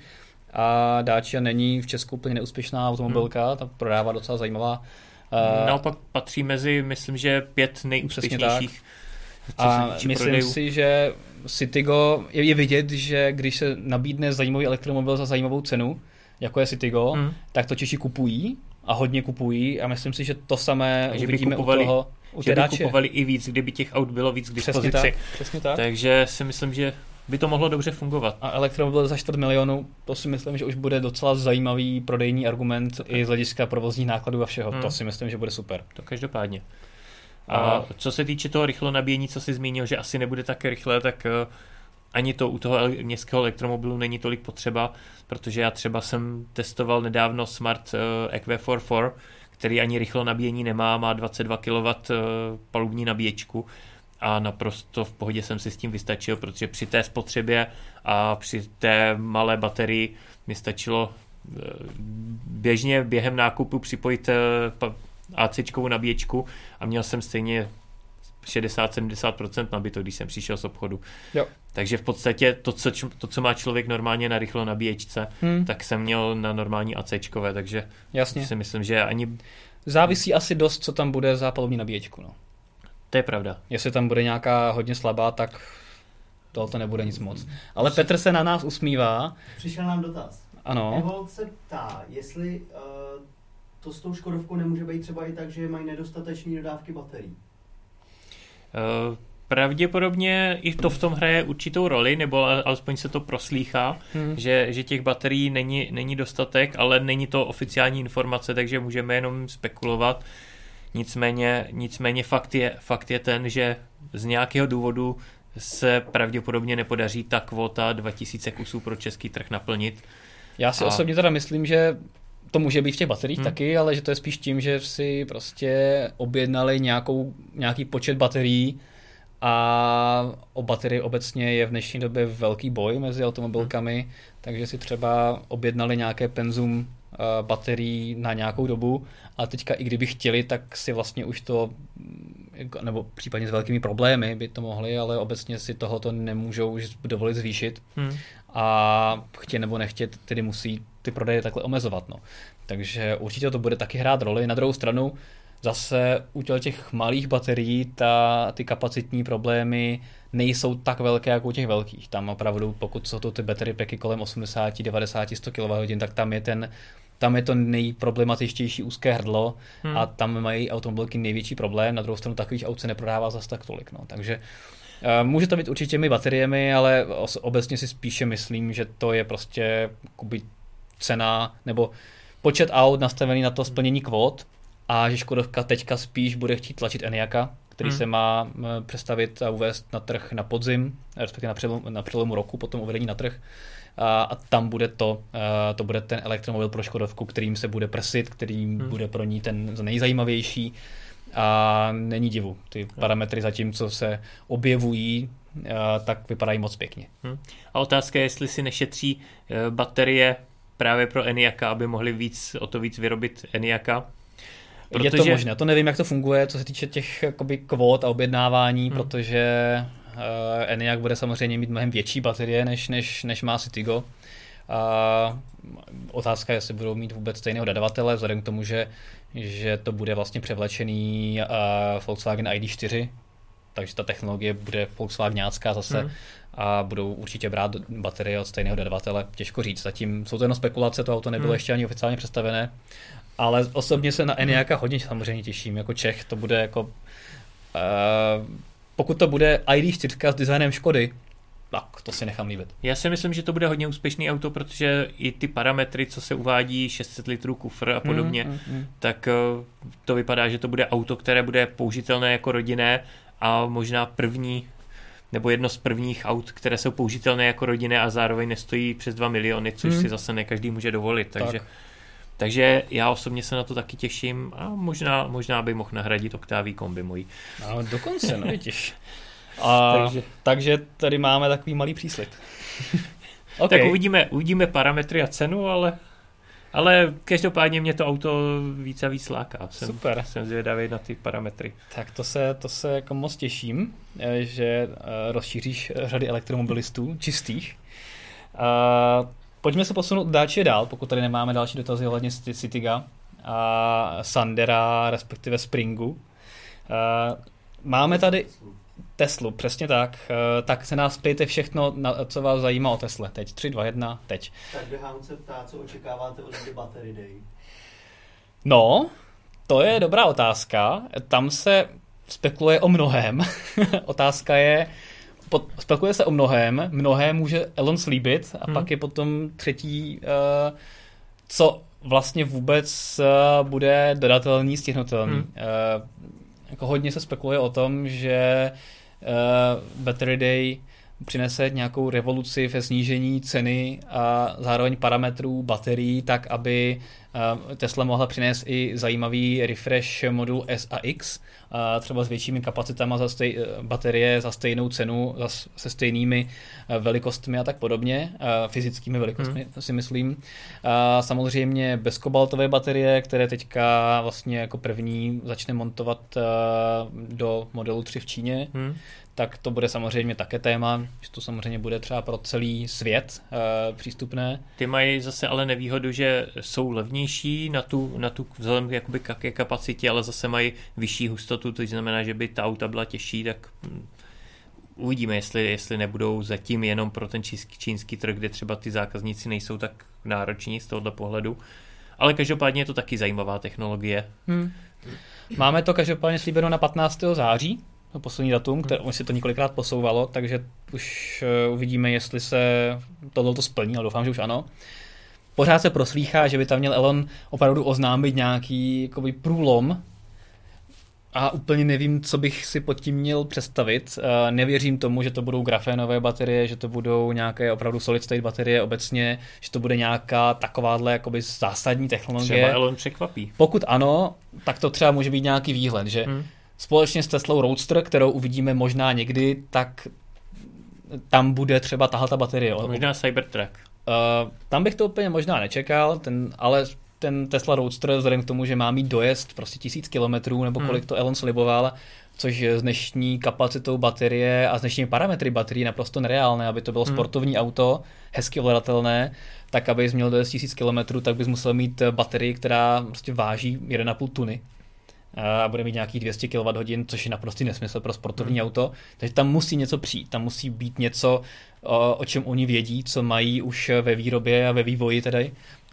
A Dacia není v Česku úplně neúspěšná automobilka, hmm. ta prodává docela zajímavá. Uh, Naopak patří mezi, myslím, že pět nejúspěšnějších. A myslím prodejů. si, že Citigo je, je vidět, že když se nabídne zajímavý elektromobil za zajímavou cenu, jako je Citigo, hmm. tak to Češi kupují a hodně kupují a myslím si, že to samé že uvidíme kupovali, u toho u že by kupovali i víc, kdyby těch aut bylo víc k dispozici. Přesně tak, přesně tak. Takže si myslím, že by to mohlo dobře fungovat. A elektromobil za čtvrt milionu, to si myslím, že už bude docela zajímavý prodejní argument tak. i z hlediska provozních nákladů a všeho. Hmm. To si myslím, že bude super. To každopádně. A, a co se týče toho rychlo nabíjení, co jsi zmínil, že asi nebude tak rychle, tak uh, ani to u toho městského elektromobilu není tolik potřeba, protože já třeba jsem testoval nedávno Smart uh, E Q čtyři čtyři, který ani rychlo nabíjení nemá, má dvacet dva kilowattů uh, palubní nabíječku. A naprosto v pohodě jsem si s tím vystačil, protože při té spotřebě a při té malé baterii mi stačilo běžně během nákupu připojit ACčkovou nabíječku a měl jsem stejně šedesát až sedmdesát procent nabito, když jsem přišel z obchodu. Jo. Takže v podstatě to co, to, co má člověk normálně na rychlo nabíječce, hmm. tak jsem měl na normální ACčkové, takže Jasně. si myslím, že ani... Závisí asi dost, co tam bude za palubní nabíječku, no. To je pravda. Jestli tam bude nějaká hodně slabá, tak to nebude nic moc. Ale Petr se na nás usmívá. Přišel nám dotaz. Ano. Evolt se ptá, jestli uh, to s tou Škodovkou nemůže být třeba i tak, že mají nedostatečné dodávky baterií. Uh, pravděpodobně i to v tom hraje určitou roli, nebo alespoň se to proslýchá, hmm. že, že těch baterií není, není dostatek, ale není to oficiální informace, takže můžeme jenom spekulovat. Nicméně, nicméně fakt, je, fakt je ten, že z nějakého důvodu se pravděpodobně nepodaří ta kvota dva tisíce kusů pro český trh naplnit. Já si a... osobně teda myslím, že to může být v těch bateriích hmm. taky, ale že to je spíš tím, že si prostě objednali nějakou, nějaký počet baterií A o baterii obecně je v dnešní době velký boj mezi automobilkami, hmm. takže si třeba objednali nějaké penzum uh, baterií na nějakou dobu a teďka i kdyby chtěli, tak si vlastně už to, nebo případně s velkými problémy by to mohli, ale obecně si tohoto nemůžou už dovolit zvýšit hmm. a chtě nebo nechtě tedy musí ty prodeje takhle omezovat. No. Takže určitě to bude taky hrát roli. Na druhou stranu zase u těch malých baterií ta, ty kapacitní problémy nejsou tak velké jako u těch velkých. Tam opravdu, pokud jsou to ty battery packy kolem osmdesát, devadesát, sto kilowatthodin, tak tam je ten tam je to nejproblematičtější úzké hrdlo hmm. a tam mají automobilky největší problém. Na druhou stranu takových aut se neprodává zase tak tolik. No. Takže uh, může to být určitě těmi bateriemi, ale obecně si spíše myslím, že to je prostě jakoby cena nebo počet aut nastavený na to splnění kvót a že Škodovka teďka spíš bude chtít tlačit Enyaqa, který hmm. se má představit a uvést na trh na podzim, respektive na přelomu, na přelomu roku, potom uvedení na trh. A, a tam bude to, a to bude ten elektromobil pro Škodovku, kterým se bude prsit, kterým hmm. bude pro ní ten nejzajímavější. A není divu. Ty hmm. parametry zatím, co se objevují, a, tak vypadají moc pěkně. Hmm. A otázka je, jestli si nešetří baterie právě pro Enyaqa, aby mohli víc, o to víc vyrobit Enyaqa. Protože... Je to možné, to nevím, jak to funguje, co se týče těch jakoby, kvót a objednávání, hmm. protože uh, Enyaq bude samozřejmě mít mnohem větší baterie, než, než, než má Citigo. Uh, otázka je, jestli budou mít vůbec stejného dodavatele, vzhledem k tomu, že, že to bude vlastně převlečený uh, Volkswagen I D čtyři, takže ta technologie bude Volkswagenácká zase hmm. a budou určitě brát baterie od stejného dodavatele. Těžko říct, zatím jsou to jenom spekulace, to auto nebylo hmm. ještě ani oficiálně představené. Ale osobně se na Enyaqa hodně samozřejmě těším, jako Čech, to bude jako, uh, pokud to bude I D čtyři s designem Škody, tak to si nechám líbit. Já si myslím, že to bude hodně úspěšný auto, protože i ty parametry, co se uvádí, šest set litrů kufr a podobně, mm, mm, mm. tak uh, to vypadá, že to bude auto, které bude použitelné jako rodinné a možná první, nebo jedno z prvních aut, které jsou použitelné jako rodinné a zároveň nestojí přes dva miliony, což mm. si zase ne každý může dovolit, takže... Tak. Takže já osobně se na to taky těším a možná, možná by mohl nahradit Octavii kombi mojí. No, dokonce, no vidíš. A, takže. takže tady máme takový malý příslib. Okay. Tak uvidíme, uvidíme parametry a cenu, ale, ale každopádně mě to auto víc a víc láká. Jsem, Super. Jsem zvědavý na ty parametry. Tak to se, to se jako moc těším, že rozšíříš řady elektromobilistů čistých. A pojďme se posunout další dál, pokud tady nemáme další dotazy ohledně Citiga a Sandera, respektive Springu. Máme tady Teslu, přesně tak. Tak se nás ptejte všechno, co vás zajímá o Tesle. Teď tři, dva, jedna, teď. Tak Dehán se ptá, co očekáváte od The Battery Day? No, to je dobrá otázka. Tam se spekuluje o mnohém. Otázka je, spekuluje se o mnohém, mnohé může Elon slíbit a hmm. pak je potom třetí, uh, co vlastně vůbec uh, bude dodatelný, stihnutelný. Hmm. Uh, jako hodně se spekuluje o tom, že uh, Battery Day přinese nějakou revoluci ve snížení ceny a zároveň parametrů baterií, tak aby uh, Tesla mohla přinést i zajímavý refresh modul S a X, uh, třeba s většími kapacitama za stej, uh, baterie za stejnou cenu, za, se stejnými uh, velikostmi a tak podobně, uh, fyzickými velikostmi hmm. si myslím. Uh, samozřejmě bezkobaltové baterie, které teďka vlastně jako první začne montovat uh, do modelu tři v Číně, hmm. tak to bude samozřejmě také téma, že to samozřejmě bude třeba pro celý svět uh, přístupné. Ty mají zase ale nevýhodu, že jsou levnější na tu, na tu vzhledem jakoby k kapacitě, ale zase mají vyšší hustotu, to znamená, že by ta auta byla těžší, tak uvidíme, jestli, jestli nebudou zatím jenom pro ten čínský, čínský trh, kde třeba ty zákazníci nejsou tak nároční z tohoto pohledu. Ale každopádně je to taky zajímavá technologie. Hmm. Máme to každopádně slíbeno na patnáctého září. To poslední datum, které už si to několikrát posouvalo, takže už uh, uvidíme, jestli se tohle splní, ale doufám, že už ano. Pořád se proslýchá, že by tam měl Elon opravdu oznámit nějaký jakoby, průlom a úplně nevím, co bych si pod tím měl představit. Uh, nevěřím tomu, že to budou grafénové baterie, že to budou nějaké opravdu solid state baterie obecně, že to bude nějaká takováhle jakoby, zásadní technologie. Třeba Elon překvapí. Pokud ano, tak to třeba může být nějaký výhled, že hmm. společně s Teslou Roadster, kterou uvidíme možná někdy, tak tam bude třeba tahle ta baterie. Možná Cybertruck. Uh, tam bych to úplně možná nečekal, ten, ale ten Tesla Roadster vzhledem k tomu, že má mít dojezd prostě tisíc kilometrů, nebo kolik to Elon sliboval, což s dnešní kapacitou baterie a s dnešními parametry baterie naprosto nereálné, aby to bylo hmm. sportovní auto, hezky ovladatelné, tak abys měl dojezd tisíc kilometrů, tak bys musel mít baterii, která prostě váží jedna celá pět tuny a bude mít nějakých dvě stě kilowatthodin, což je naprostý nesmysl pro sportovní hmm. auto. Takže tam musí něco přijít, tam musí být něco, o, o čem oni vědí, co mají už ve výrobě a ve vývoji tedy.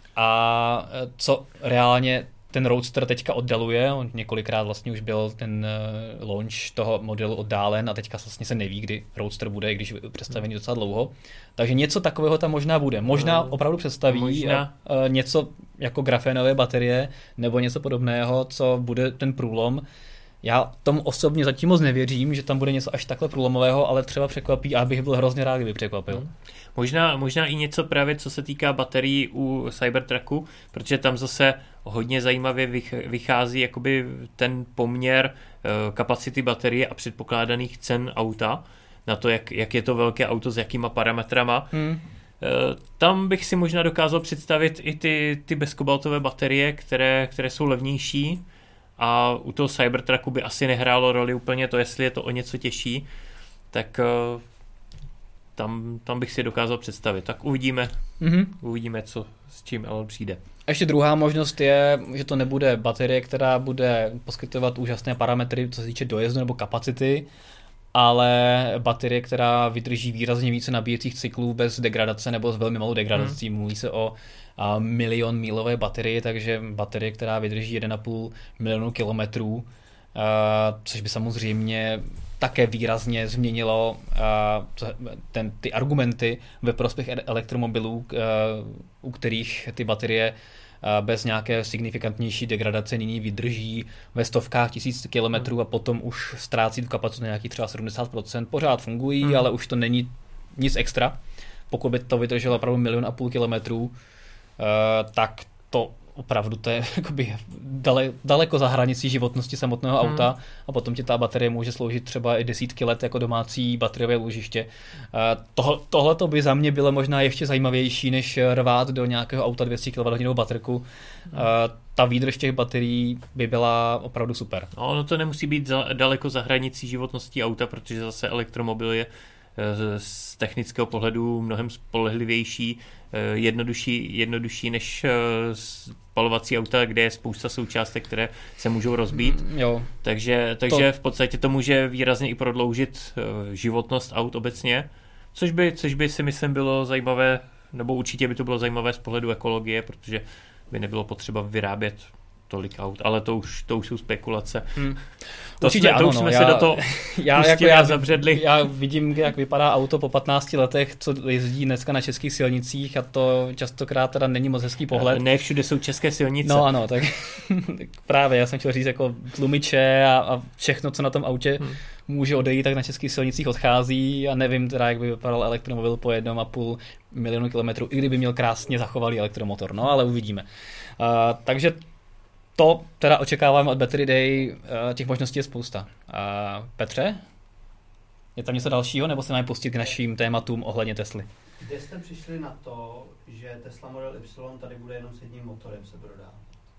A co reálně ten Roadster teďka oddaluje, on několikrát vlastně už byl ten uh, launch toho modelu oddálen a teďka vlastně se neví, kdy Roadster bude, i když je představený docela dlouho. Takže něco takového tam možná bude. Možná opravdu představí možná. Uh, něco jako grafénové baterie nebo něco podobného, co bude ten průlom. Já tomu osobně zatím moc nevěřím, že tam bude něco až takhle průlomového, ale třeba překvapí a bych byl hrozně rád, kdyby překvapil. Hmm. Možná, možná i něco právě, co se týká baterií u Cybertrucku, protože tam zase hodně zajímavě vychází jakoby ten poměr kapacity baterie a předpokládaných cen auta na to, jak, jak je to velké auto, s jakýma parametrama. Hmm. Tam bych si možná dokázal představit i ty, ty bezkobaltové baterie, které, které jsou levnější, a u toho Cybertrucku by asi nehrálo roli úplně to, jestli je to o něco těžší, tak uh, tam, tam bych si dokázal představit. Tak uvidíme, mm-hmm. uvidíme, co s čím Elon přijde. A ještě druhá možnost je, že to nebude baterie, která bude poskytovat úžasné parametry, co se týče dojezdu nebo kapacity, ale baterie, která vydrží výrazně více nabíjecích cyklů bez degradace nebo s velmi malou degradací. Hmm. Mluví se o a, milion mílové baterie, takže baterie, která vydrží jedna celá pět milionu kilometrů, a, což by samozřejmě také výrazně změnilo a, ten, ty argumenty ve prospěch elektromobilů, a, u kterých ty baterie bez nějaké signifikantnější degradace nyní vydrží ve stovkách tisíc kilometrů a potom už ztrácí tu kapacitu na nějaký třeba sedmdesát procent. Pořád fungují, hmm. ale už to není nic extra. Pokud by to vydrželo opravdu milion a půl kilometrů, uh, tak to opravdu to je jakoby dale, daleko za hranicí životnosti samotného hmm. auta a potom ti ta baterie může sloužit třeba i desítky let jako domácí bateriové úložiště. Uh, Tohle to by za mě bylo možná ještě zajímavější, než rvát do nějakého auta dvě stě kilowatthodin baterku. Hmm. Uh, ta výdrž těch baterií by byla opravdu super. No, ono to nemusí být za, daleko za hranicí životnosti auta, protože zase elektromobil je z technického pohledu mnohem spolehlivější, jednodušší, jednodušší než spalovací auta, kde je spousta součástek, které se můžou rozbít. Mm, jo. Takže, takže to... v podstatě to může výrazně i prodloužit životnost aut obecně, což by, což by si myslím bylo zajímavé, nebo určitě by to bylo zajímavé z pohledu ekologie, protože by nebylo potřeba vyrábět tolik aut, ale to už, to už jsou spekulace. Hmm. To Určitě jsme, ano, to už no, jsme já, se do toho já, jako já, zabředli. Já vidím, jak vypadá auto po patnácti letech, co jezdí dneska na českých silnicích a to častokrát teda není moc hezký pohled. Ne všude jsou české silnice. No ano, tak, tak právě, já jsem chtěl říct jako tlumiče a, a všechno, co na tom autě hmm. může odejít, tak na českých silnicích odchází a nevím teda, jak by vypadal elektromobil po jednom a půl milionu kilometrů, i kdyby měl krásně zachovalý elektromotor, no ale uvidíme. Uh, takže to teda očekáváme od Battery Day, těch možností je spousta. A Petře, je tam něco dalšího, nebo se máme pustit k našim tématům ohledně Tesly? Kde jste přišli na to, že Tesla Model Y tady bude jenom s jedním motorem se prodá?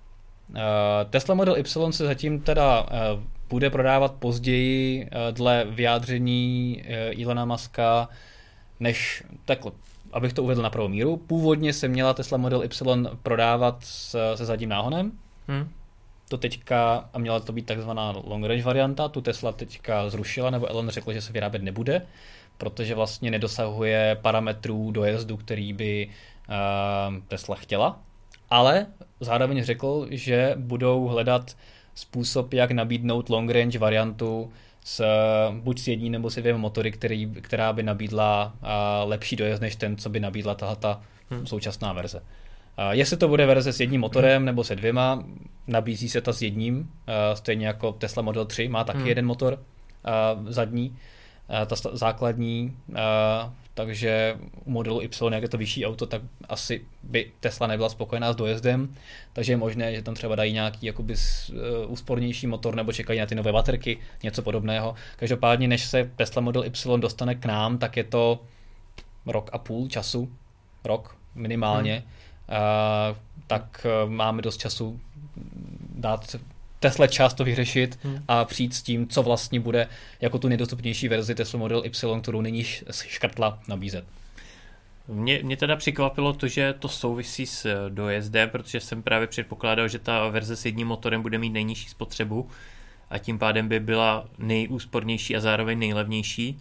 Uh, Tesla Model Y se zatím teda uh, bude prodávat později uh, dle vyjádření uh, Elona Muska, než takhle, abych to uvedl na pravou míru. Původně se měla Tesla Model Y prodávat s, se zadním náhonem. Hmm. To teďka, a měla to být takzvaná long range varianta, tu Tesla teďka zrušila, nebo Elon řekl, že se vyrábět nebude, protože vlastně nedosahuje parametrů dojezdu, který by uh, Tesla chtěla, ale zároveň řekl, že budou hledat způsob, jak nabídnout long range variantu s buď s jedním nebo s dvěma motory, který, která by nabídla uh, lepší dojezd než ten, co by nabídla tato hmm. současná verze. Uh, jestli to bude verze s jedním motorem nebo se dvěma, nabízí se ta s jedním, uh, stejně jako Tesla Model tři má taky hmm. jeden motor uh, zadní, uh, ta sta- základní, uh, takže u modelu Y, jak je to vyšší auto, tak asi by Tesla nebyla spokojená s dojezdem, takže je možné, že tam třeba dají nějaký jakoby úspornější motor nebo čekají na ty nové baterky, něco podobného. Každopádně, než se Tesla Model Y dostane k nám, tak je to rok a půl času, rok minimálně, hmm. uh, tak uh, máme dost času dát Tesla čas to vyřešit hmm. a přijít s tím, co vlastně bude jako tu nejdostupnější verzi Tesla Model Y, kterou nyní škrtla, nabízet. Mě, mě teda překvapilo to, že to souvisí s dojezdem, protože jsem právě předpokládal, že ta verze s jedním motorem bude mít nejnižší spotřebu a tím pádem by byla nejúspornější a zároveň nejlevnější,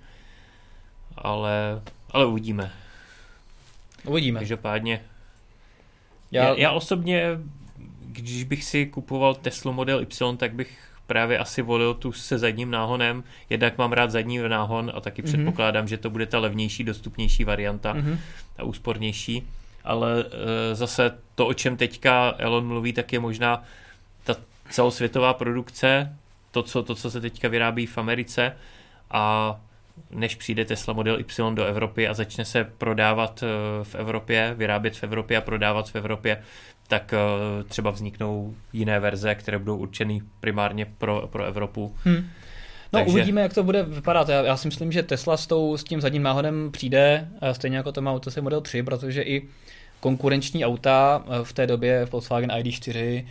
ale, ale uvidíme. Uvidíme. Každopádně já... Já, já osobně, když bych si kupoval Tesla Model Y, tak bych právě asi volil tu se zadním náhonem. Jednak mám rád zadní náhon a taky mm-hmm. předpokládám, že to bude ta levnější, dostupnější varianta mm-hmm. a úspornější. Ale e, zase to, o čem teďka Elon mluví, tak je možná ta celosvětová produkce, to co, to, co se teďka vyrábí v Americe, a než přijde Tesla Model Y do Evropy a začne se prodávat v Evropě, vyrábět v Evropě a prodávat v Evropě, tak třeba vzniknou jiné verze, které budou určeny primárně pro, pro Evropu. Hmm. No takže... uvidíme, jak to bude vypadat. Já, já si myslím, že Tesla s, tou, s tím zadním náhodem přijde, stejně jako to má Tesla Model tři, protože i konkurenční auta v té době, Volkswagen I D čtyři,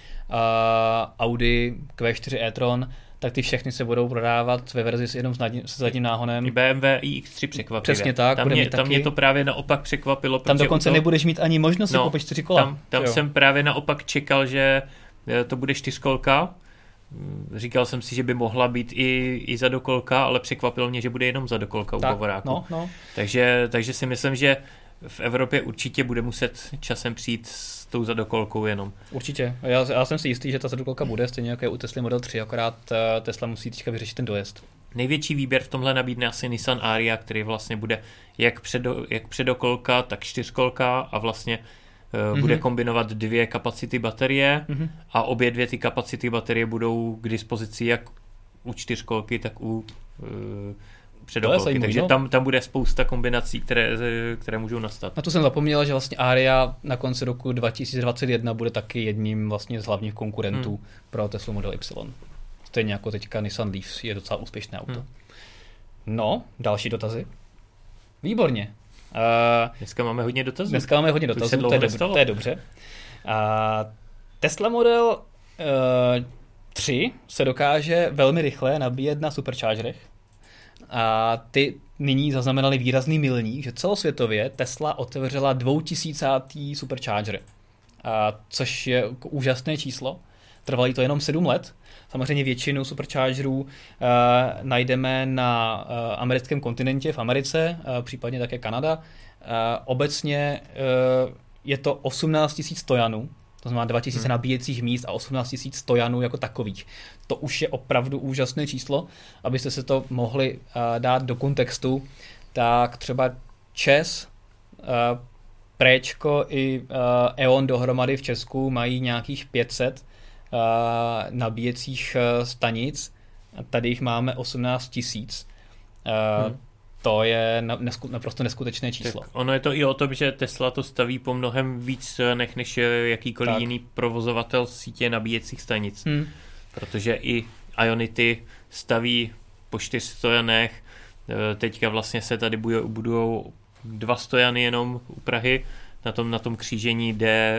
Audi Q čtyři e-tron, tak ty všechny se budou prodávat ve verzi s jenom s zadním náhonem. I B M W i X tři překvapivě. Přesně tak. Tam, mě, tam mě to právě naopak překvapilo. Tam dokonce to... nebudeš mít ani možnost si no, koupit čtyři kola. Tam, tam jsem právě naopak čekal, že to bude čtyřkolka. Říkal jsem si, že by mohla být i, i zadokolka, ale překvapilo mě, že bude jenom zadokolka u Bavoráku. No, no. Takže, takže si myslím, že v Evropě určitě bude muset časem přijít s tou zadokolkou jenom. Určitě. Já, já jsem si jistý, že ta zadokolka bude, stejně jako je u Tesla Model tři, akorát Tesla musí teďka vyřešit ten dojezd. Největší výběr v tomhle nabídne asi Nissan Ariya, který vlastně bude jak, předo, jak předokolka, tak čtyřkolka a vlastně uh, mm-hmm. bude kombinovat dvě kapacity baterie mm-hmm. a obě dvě ty kapacity baterie budou k dispozici jak u čtyřkolky, tak u uh, předokolky, takže tam, tam bude spousta kombinací, které, které můžou nastat. Na to jsem zapomněl, že vlastně Ariya na konci roku dva tisíce dvacet jedna bude taky jedním vlastně z hlavních konkurentů hmm. pro Tesla Model Y. Stejně jako teďka Nissan Leaf je docela úspěšné auto. Hmm. No, další dotazy. Výborně. Uh, dneska máme hodně dotazů. Dneska máme hodně dotazů, to, to, je, dobře, to je dobře. Uh, Tesla Model uh, tři se dokáže velmi rychle nabíjet na superchargerech. A ty nyní zaznamenali výrazný milník, že celosvětově Tesla otevřela dvoutisícátý supercharger, a což je úžasné číslo. Trvalo to jenom sedm let. Samozřejmě většinu superchargerů uh, najdeme na uh, americkém kontinentě, v Americe, uh, případně také Kanada. Uh, obecně uh, je to osmnáct tisíc stojanů, to znamená dva tisíce hmm. nabíjecích míst a osmnáct tisíc stojanů jako takových. To už je opravdu úžasné číslo. Abyste se to mohli uh, dát do kontextu, tak třeba ČES, uh, Préčko i uh, E O N dohromady v Česku mají nějakých pět set uh, nabíjecích uh, stanic. A tady jich máme osmnáct tisíc. Uh, hmm. To je naprosto neskutečné číslo. Tak ono je to i o tom, že Tesla to staví po mnohem víc nech než jakýkoliv tak. jiný provozovatel sítě nabíjecích stanic. Hmm. Protože i Ionity staví po čtyř stojanech. Teďka vlastně se tady budou dva stojany jenom u Prahy na tom, na tom křížení D,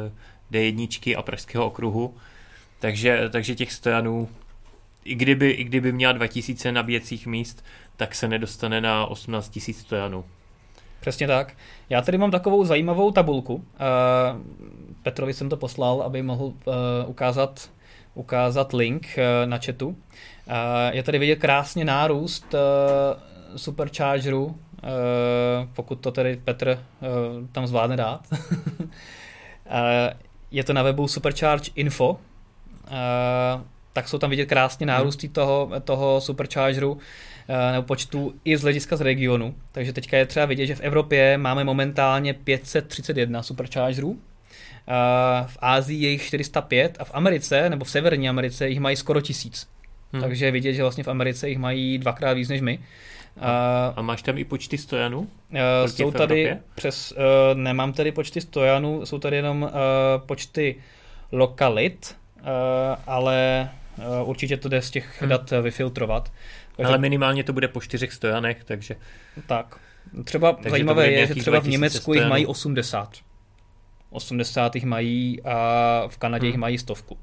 D1 a Pražského okruhu. Takže, takže těch stojanů, i kdyby, i kdyby měla dva tisíce nabíjecích míst, tak se nedostane na osmnáct tisíc stojanů. Přesně tak. Já tady mám takovou zajímavou tabulku. Uh, Petrovi jsem to poslal, aby mohl uh, ukázat, ukázat link uh, na chatu. Uh, je tady vidět krásně nárůst uh, superchargerů, uh, pokud to tedy Petr uh, tam zvládne dát. uh, je to na webu Supercharge Info. Uh, tak jsou tam vidět krásně nárůsty hmm. toho, toho superchargeru nebo počtu i z hlediska z regionu. Takže teďka je třeba vidět, že v Evropě máme momentálně pět set třicet jedna superchargerů, v Asii je jich čtyři sta pět a v Americe, nebo v Severní Americe, jich mají skoro tisíc. Hmm. Takže je vidět, že vlastně v Americe jich mají dvakrát víc než my. A, a máš tam i počty stojanů? Uh, jsou tady přes, uh, nemám tady počty stojanů, jsou tady jenom uh, počty lokalit, uh, ale uh, určitě to jde z těch hmm. dat vyfiltrovat. Takže... Ale minimálně to bude po čtyřech stojanech, takže... Tak. Třeba takže zajímavé je, že třeba v Německu jich mají osmdesát. osmdesát jich mají a v Kanadě jich hmm. mají stovku.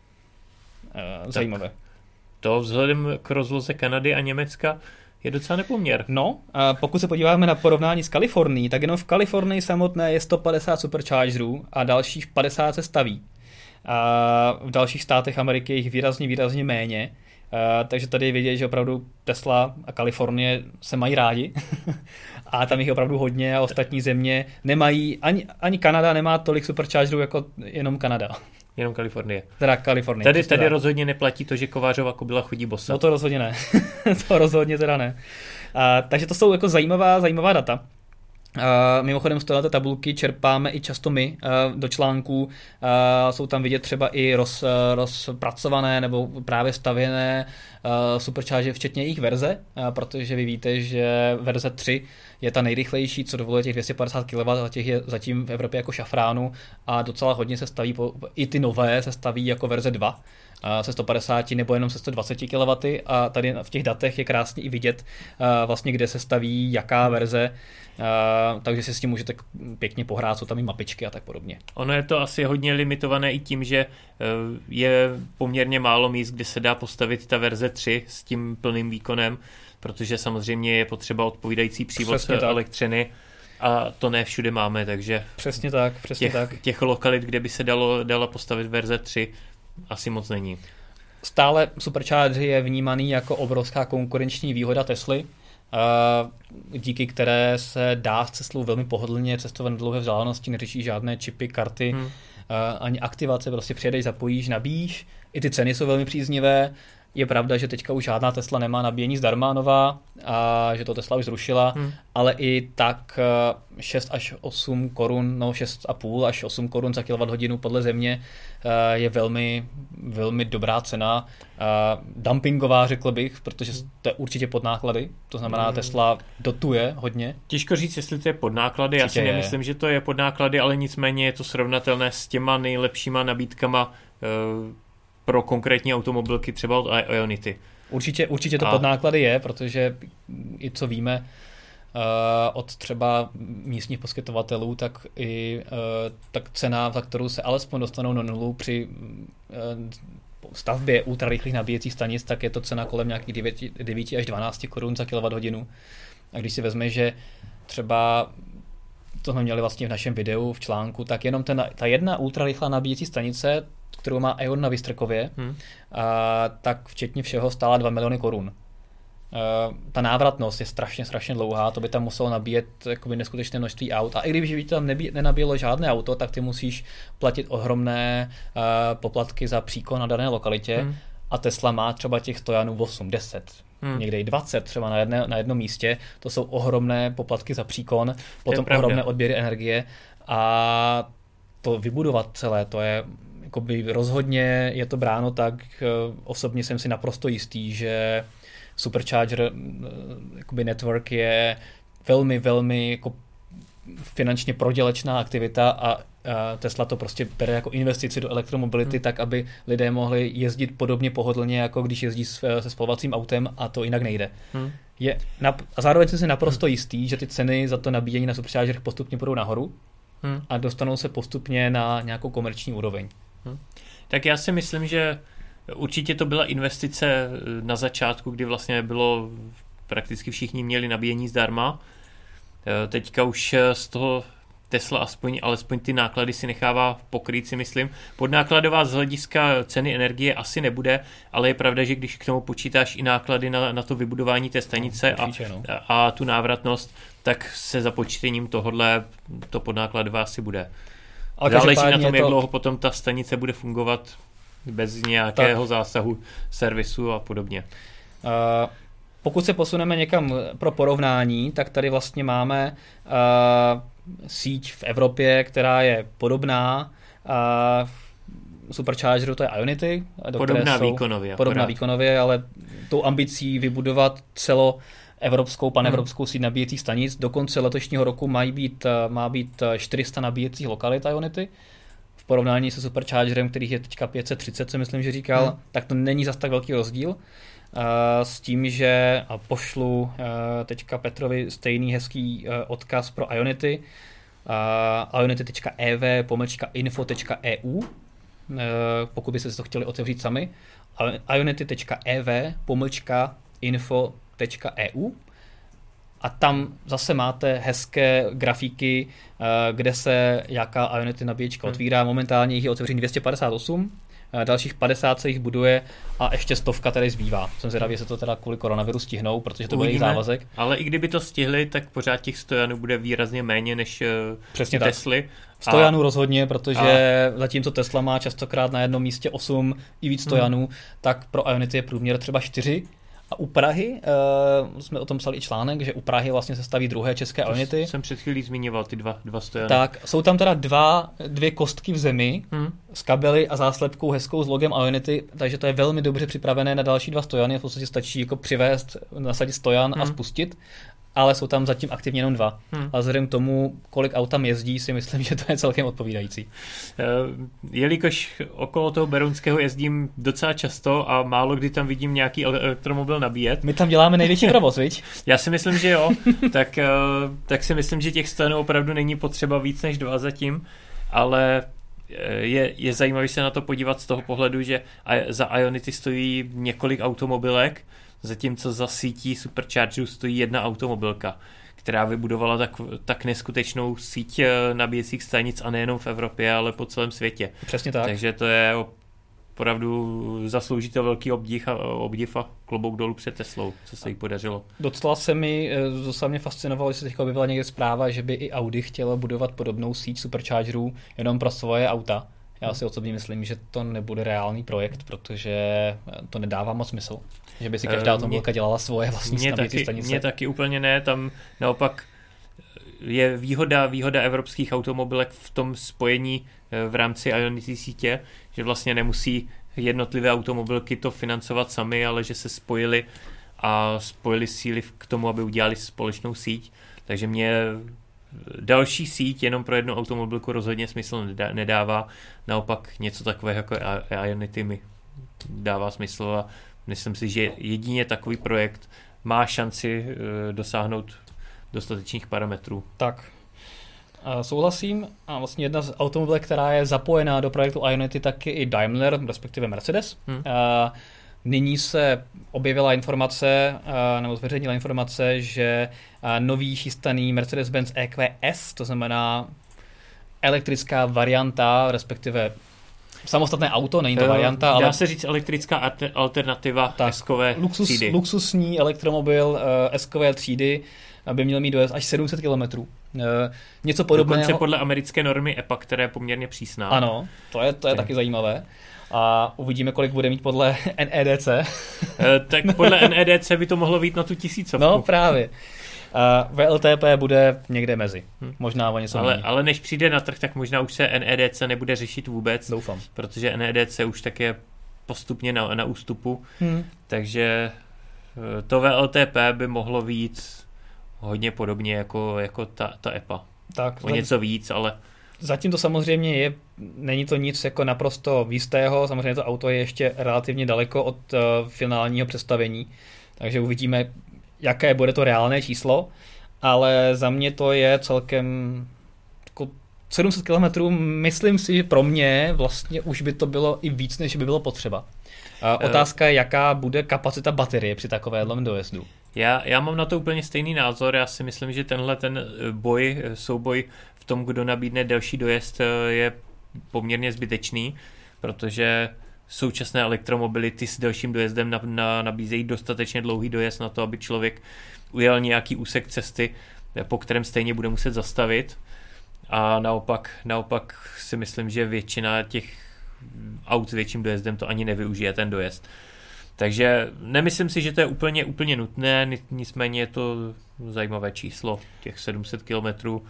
Uh, zajímavé. Tak. To vzhledem k rozloze Kanady a Německa je docela nepoměr. No, a pokud se podíváme na porovnání s Kalifornií, tak jenom v Kalifornii samotné je sto padesát superchargerů a dalších padesát se staví. A v dalších státech Ameriky je jich výrazně, výrazně méně. A takže tady je vidět, že opravdu Tesla a Kalifornie se mají rádi a tam jich je opravdu hodně a ostatní země nemají, ani, ani Kanada nemá tolik superchargerů jako jenom Kanada. Jenom Kalifornie. Teda Kalifornie. Tady, tady rozhodně neplatí to, že Kovářova kobyla chodí bosa. No to rozhodně ne. to rozhodně teda ne. A, takže to jsou jako zajímavá, zajímavá data. Uh, mimochodem z této tabulky čerpáme i často my uh, do článků. Uh, jsou tam vidět třeba i roz, uh, rozpracované nebo právě stavěné uh, supercharge, včetně jejich verze, uh, protože vy víte, že verze tři je ta nejrychlejší, co dovoluje těch dvě stě padesát kilowattů, a těch je zatím v Evropě jako šafránu a docela hodně se staví, po, i ty nové se staví jako verze dva. Se sto padesát nebo jenom se sto dvacet kilowattů a tady v těch datech je krásně i vidět vlastně, kde se staví jaká verze, takže si s tím můžete pěkně pohrát, jsou tam i mapičky a tak podobně. Ono je to asi hodně limitované i tím, že je poměrně málo míst, kde se dá postavit ta verze tři s tím plným výkonem, protože samozřejmě je potřeba odpovídající přívod elektřiny. A to ne všude máme, takže přesně tak, přesně těch, tak. těch lokalit, kde by se dalo, dala postavit verze tři, asi moc není. Stále supercharger je vnímaný jako obrovská konkurenční výhoda Tesly, díky které se dá s Teslou velmi pohodlně cestovat na dlouhé vzdálenosti, neřeší žádné čipy, karty, hmm. ani aktivace, prostě přijedeš, zapojíš, nabíjíš. I ty ceny jsou velmi příznivé. Je pravda, že teďka už žádná Tesla nemá nabíjení zdarma nová a že to Tesla už zrušila, hmm. ale i tak šest až osm korun, no šest a půl až osm korun za kilowatthodinu podle země je velmi, velmi dobrá cena. Dumpingová, řekl bych, protože to je určitě pod náklady, to znamená hmm. Tesla dotuje hodně. Těžko říct, jestli to je pod náklady, já si nemyslím, že to je pod náklady, ale nicméně je to srovnatelné s těma nejlepšíma nabídkama pro konkrétní automobilky třeba od Ionity. Určitě, určitě to a... pod náklady je, protože i co víme uh, od třeba místních poskytovatelů, tak i uh, tak cena, za kterou se alespoň dostanou na nulu při uh, stavbě ultrarychlých nabíjecích stanic, tak je to cena kolem nějakých devět až dvanáct korun za kilowatthodinu. A když si vezme, že třeba to jsme měli vlastně v našem videu, v článku, tak jenom ten, ta jedna ultrarychlá nabíjecí stanice, kterou má Ion na Vystrkově, hmm. a, tak včetně všeho stála dva miliony korun. A, ta návratnost je strašně, strašně dlouhá, to by tam muselo nabíjet jakoby neskutečné množství aut. A i když by tam nebí, nenabíjelo žádné auto, tak ty musíš platit ohromné a, poplatky za příkon na dané lokalitě. Hmm. A Tesla má třeba těch stojanů osm, deset, hmm. někde i dvacet třeba na, jedné, na jednom místě. To jsou ohromné poplatky za příkon, potom ohromné odběry energie a to vybudovat celé, to je jakoby rozhodně je to bráno tak, osobně jsem si naprosto jistý, že Supercharger jakoby network je velmi, velmi jako finančně prodělečná aktivita a, a Tesla to prostě bere jako investici do elektromobility, hmm. tak aby lidé mohli jezdit podobně pohodlně, jako když jezdí se spalovacím autem a to jinak nejde. Hmm. Je, a zároveň jsem si naprosto jistý, že ty ceny za to nabíjení na Superchargerech postupně půjdou nahoru hmm. a dostanou se postupně na nějakou komerční úroveň. Hmm. Tak já si myslím, že určitě to byla investice na začátku, kdy vlastně bylo, prakticky všichni měli nabíjení zdarma. Teďka už z toho Tesla aspoň, alespoň ty náklady si nechává pokrýt, si myslím. Podnákladová z hlediska ceny energie asi nebude, ale je pravda, že když k tomu počítáš i náklady na, na to vybudování té stanice no, určitě, no. a, a tu návratnost, tak se započtením tohodle to podnákladové asi bude. Ale záleží na tom, jak to... dlouho potom ta stanice bude fungovat bez nějakého tak. zásahu servisu a podobně. Uh, pokud se posuneme někam pro porovnání, tak tady vlastně máme uh, síť v Evropě, která je podobná uh, Superchargeru, to je Ionity. Do podobná výkonově. Podobná výkonově, ale tou ambicí vybudovat celo evropskou, panevropskou síť nabíjecích stanic. Do konce letošního roku mají být, má být čtyři sta nabíjecích lokalit Ionity. V porovnání se Superchargerem, kterých je teďka pět set třicet, co myslím, že říkal, hmm. tak to není zas tak velký rozdíl. S tím, že pošlu teďka Petrovi stejný hezký odkaz pro Ionity. ionity tečka e v pomlčka info tečka e u, pokud byste si to chtěli otevřít sami. ionity tečka e v pomlčka info tečka e u a tam zase máte hezké grafiky, kde se jaká Ionity nabíječka hmm. otvírá. Momentálně jich je otevřený dvě stě padesát osm, dalších padesát se jich buduje a ještě stovka tady zbývá. Jsem zvědavý, jestli to teda kvůli koronaviru stihnou, protože to bude jejich závazek. Ale i kdyby to stihli, tak pořád těch stojanů bude výrazně méně než přesně Tesly. Stojanů a... rozhodně, protože a... zatímco Tesla má častokrát na jednom místě osm i víc stojanů, hmm. tak pro Ionity je průměr třeba čtyři. A u Prahy, uh, jsme o tom psali i článek, že u Prahy vlastně se staví druhé české Ionity. Jsem před chvílí zmiňoval ty dva, dva stojany. Tak, jsou tam teda dva, dvě kostky v zemi hmm. s kabely a záslepkou hezkou s logem Ionity, takže to je velmi dobře připravené na další dva stojany. V podstatě stačí jako přivést, nasadit stojan hmm. a spustit. Ale jsou tam zatím aktivně jenom dva. Hmm. A vzhledem k tomu, kolik aut tam jezdí, si myslím, že to je celkem odpovídající. Jelikož okolo toho Berounského jezdím docela často a málo kdy tam vidím nějaký elektromobil nabíjet. My tam děláme největší provoz, viď? Já si myslím, že jo. tak, tak si myslím, že těch stojanů opravdu není potřeba víc než dva zatím, ale je, je zajímavé se na to podívat z toho pohledu, že za Ionity stojí několik automobilek, zatímco za sítí Superchargerů stojí jedna automobilka, která vybudovala tak, tak neskutečnou síť nabíjecích stanic a nejenom v Evropě, ale po celém světě. Přesně tak. Takže to je opravdu zaslouží to velký obdiv a, obdiv a klobouk dolů před Teslou, co se jí podařilo. Docela se mi, docela mě fascinovalo, že se teďka objevila někde zpráva, že by i Audi chtěla budovat podobnou síť Superchargerů jenom pro svoje auta. Já si osobně myslím, že to nebude reálný projekt, protože to nedává moc smysl. Že by si každá automobilka dělala svoje vlastní nabíjecí stanice. Mně taky úplně ne, tam naopak je výhoda, výhoda evropských automobilek v tom spojení v rámci Ionity sítě, že vlastně nemusí jednotlivé automobilky to financovat sami, ale že se spojili a spojili síly k tomu, aby udělali společnou síť. Takže mě další síť jenom pro jednu automobilku rozhodně smysl nedává. Naopak něco takového jako Ionity mi dává smysl a myslím si, že jedině takový projekt má šanci dosáhnout dostatečných parametrů. Tak, souhlasím. A vlastně jedna z automobilek, která je zapojená do projektu Ionity, tak je i Daimler, respektive Mercedes. Hmm. A nyní se objevila informace, nebo zveřejnila informace, že nový chystaný Mercedes-Benz E Q S, to znamená elektrická varianta, respektive samostatné auto, není to varianta, Dá ale... Dá se říct elektrická alternativa S-kové luxus, třídy. Luxusní elektromobil uh, S-kové třídy by měl mít dojezd až sedm set kilometrů. Uh, něco podobného... Dokonce podle americké normy E P A, která je poměrně přísná. Ano, to je, to je taky zajímavé. A uvidíme, kolik bude mít podle N E D C. Tak podle N E D C by to mohlo být na tu tisícovku. No právě. Uh, V L T P bude někde mezi. Hm. Možná o něco ale, ale než přijde na trh, tak možná už se N E D C nebude řešit vůbec. Doufám. Protože N E D C už tak je postupně na, na ústupu. Hm. Takže to V L T P by mohlo víc hodně podobně jako, jako ta, ta E P A. Tak, o něco víc, ale... Zatím to samozřejmě je, není to nic jako naprosto jistého, samozřejmě to auto je ještě relativně daleko od uh, finálního představení, takže uvidíme, jaké bude to reálné číslo, ale za mě to je celkem jako sedm set kilometrů, myslím si, že pro mě vlastně už by to bylo i víc, než by bylo potřeba. Uh, otázka je, jaká bude kapacita baterie při takovémhle dojezdu. Já, já mám na to úplně stejný názor, já si myslím, že tenhle ten boj, souboj v tom, kdo nabídne delší dojezd, je poměrně zbytečný, protože současné elektromobility s delším dojezdem na, na, nabízejí dostatečně dlouhý dojezd na to, aby člověk ujel nějaký úsek cesty, po kterém stejně bude muset zastavit. A naopak, naopak si myslím, že většina těch aut s větším dojezdem to ani nevyužije ten dojezd. Takže nemyslím si, že to je úplně, úplně nutné, nicméně je to zajímavé číslo, těch sedm set kilometrů.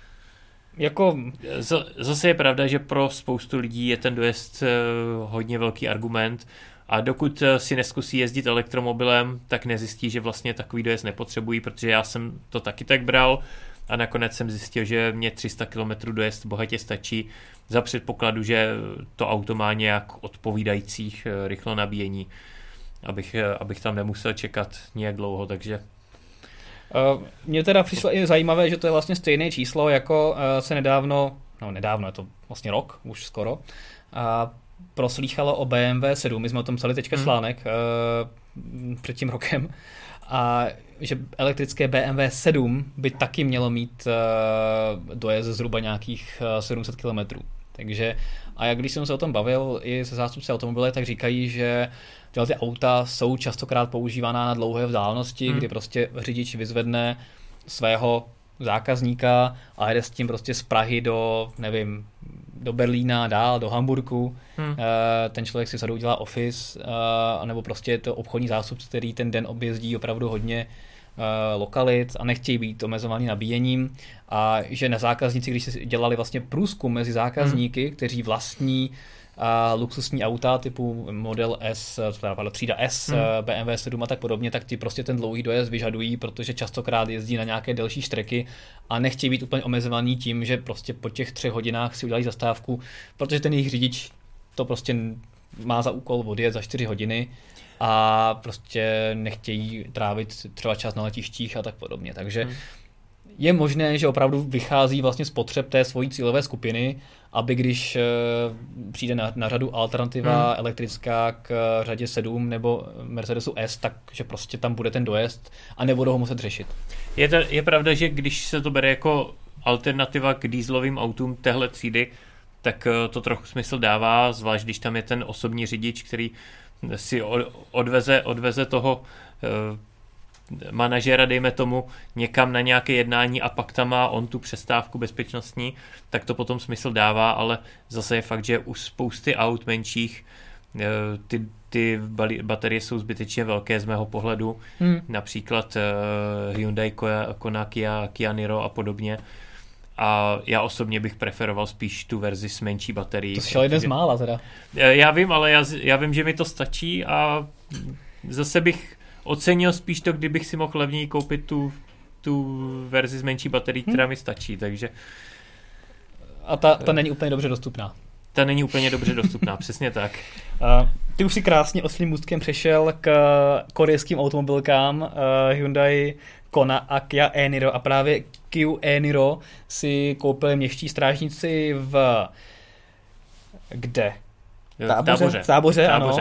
Jako... Zase je pravda, že pro spoustu lidí je ten dojezd hodně velký argument A dokud si neskusí jezdit elektromobilem, tak nezjistí, že vlastně takový dojezd nepotřebují, protože já jsem to taky tak bral a nakonec jsem zjistil, že mě tři sta kilometrů dojezd bohatě stačí za předpokladu, že to auto má nějak odpovídajících rychlo nabíjení, abych, abych tam nemusel čekat nějak dlouho, takže... Uh, mně teda přišlo i zajímavé, že to je vlastně stejné číslo, jako uh, se nedávno, no nedávno, je to vlastně rok, už skoro, a proslýchalo o bé em vé sedm, my jsme o tom psali teďka hmm. článek uh, před tím rokem, a že elektrické bé em vé sedm by taky mělo mít uh, dojezd zhruba nějakých uh, sedm set kilometrů. Takže, a jak když jsem se o tom bavil i se zástupci automobile, tak říkají, že tyhle ty auta jsou častokrát používaná na dlouhé vzdálenosti, hmm. kdy prostě řidič vyzvedne svého zákazníka a jede s tím prostě z Prahy do, nevím, do Berlína, dál, do Hamburku. Hmm. Ten člověk si sadu udělá office, nebo prostě je to obchodní zástupce, který ten den objezdí opravdu hodně lokalit a nechtějí být omezovaný nabíjením, a že na zákazníci, když si dělali vlastně průzkum mezi zákazníky, hmm. kteří vlastní a luxusní auta typu Model S, třída S, hmm. bé em vé sedm a tak podobně, tak ti prostě ten dlouhý dojezd vyžadují, protože častokrát jezdí na nějaké delší štreky a nechtějí být úplně omezovaný tím, že prostě po těch třech hodinách si udělají zastávku, protože ten jejich řidič to prostě má za úkol odjet za čtyři hodiny a prostě nechtějí trávit třeba čas na letištích a tak podobně. Takže hmm. je možné, že opravdu vychází vlastně z potřeb té svojí cílové skupiny, aby když uh, přijde na, na řadu alternativa hmm. elektrická k řadě sedm nebo Mercedesu S, tak že prostě tam bude ten dojezd a nebudou ho muset řešit. Je, to, je pravda, že když se to bere jako alternativa k dieselovým autům téhle třídy, tak uh, to trochu smysl dává, zvlášť když tam je ten osobní řidič, který si odveze, odveze toho uh, manažera, dejme tomu, někam na nějaké jednání a pak tam má on tu přestávku bezpečnostní, tak to potom smysl dává, ale zase je fakt, že u spousty aut menších ty, ty baterie jsou zbytečně velké z mého pohledu, hmm. například Hyundai Kona, Kia, Kia Niro a podobně. A já osobně bych preferoval spíš tu verzi s menší baterií. To šel jeden z mála teda. Já vím, ale já, já vím, že mi to stačí a zase bych ocenil spíš to, kdybych si mohl levněji koupit tu, tu verzi s menší baterií, která hmm. mi stačí, takže... A ta, ta není úplně dobře dostupná. Ta není úplně dobře dostupná, přesně tak. Uh, ty už si krásně oslým můstkem přešel k korejským automobilkám uh, Hyundai Kona a Kia e-Niro, a právě Kia e-Niro si koupili městští strážníci v... Kde? V táboře. V táboře, ano.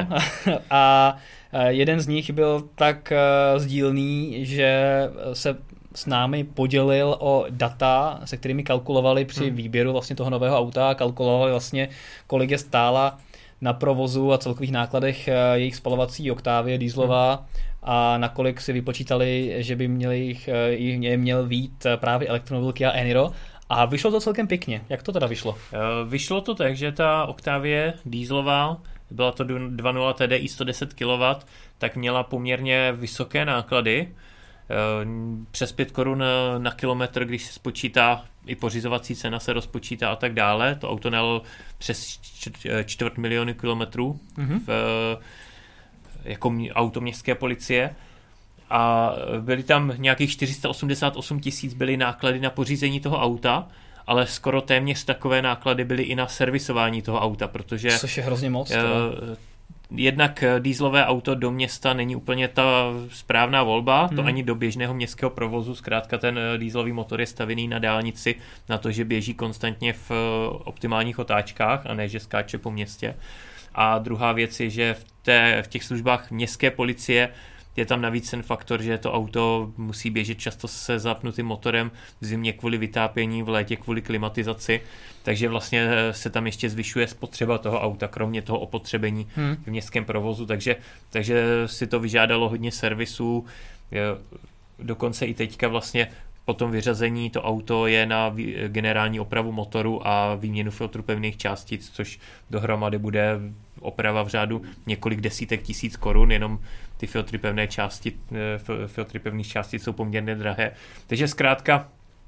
A jeden z nich byl tak sdílný, že se s námi podělil o data, se kterými kalkulovali při hmm. výběru vlastně toho nového auta, kalkulovali vlastně, kolik je stála na provozu a celkových nákladech jejich spalovací Octavia dieselová hmm. a nakolik si vypočítali, že by měli jich, jich měl vít právě elektromobil Kia e-Niro. A vyšlo to celkem pěkně. Jak to teda vyšlo? Vyšlo to tak, že ta Octavia dieselová, byla to dva tečka nula T D I sto deset kilowattů, tak měla poměrně vysoké náklady. Přes pět korun na kilometr, když se spočítá, i pořizovací cena se rozpočítá a tak dále. To auto nelo přes čtvrt milionu kilometrů mm-hmm. v, jako auto městské policie. A byly tam nějakých čtyři sta osmdesát osm tisíc byly náklady na pořízení toho auta, ale skoro téměř takové náklady byly i na servisování toho auta, protože... Což je hrozně moc. Uh, jednak dieselové auto do města není úplně ta správná volba, hmm. to ani do běžného městského provozu, zkrátka ten dieselový motor je stavěný na dálnici na to, že běží konstantně v optimálních otáčkách a ne, že skáče po městě. A druhá věc je, že v, té, v těch službách městské policie je tam navíc ten faktor, že to auto musí běžet často se zapnutým motorem, v zimě kvůli vytápění, v létě kvůli klimatizaci, takže vlastně se tam ještě zvyšuje spotřeba toho auta, kromě toho opotřebení hmm. v městském provozu, takže, takže si to vyžádalo hodně servisů, dokonce i teďka vlastně po tom vyřazení to auto je na generální opravu motoru a výměnu filtru pevných částic, což dohromady bude oprava v řádu několik desítek tisíc korun, jenom ty filtry pevné části, filtry pevných částic jsou poměrně drahé. Takže zkrátka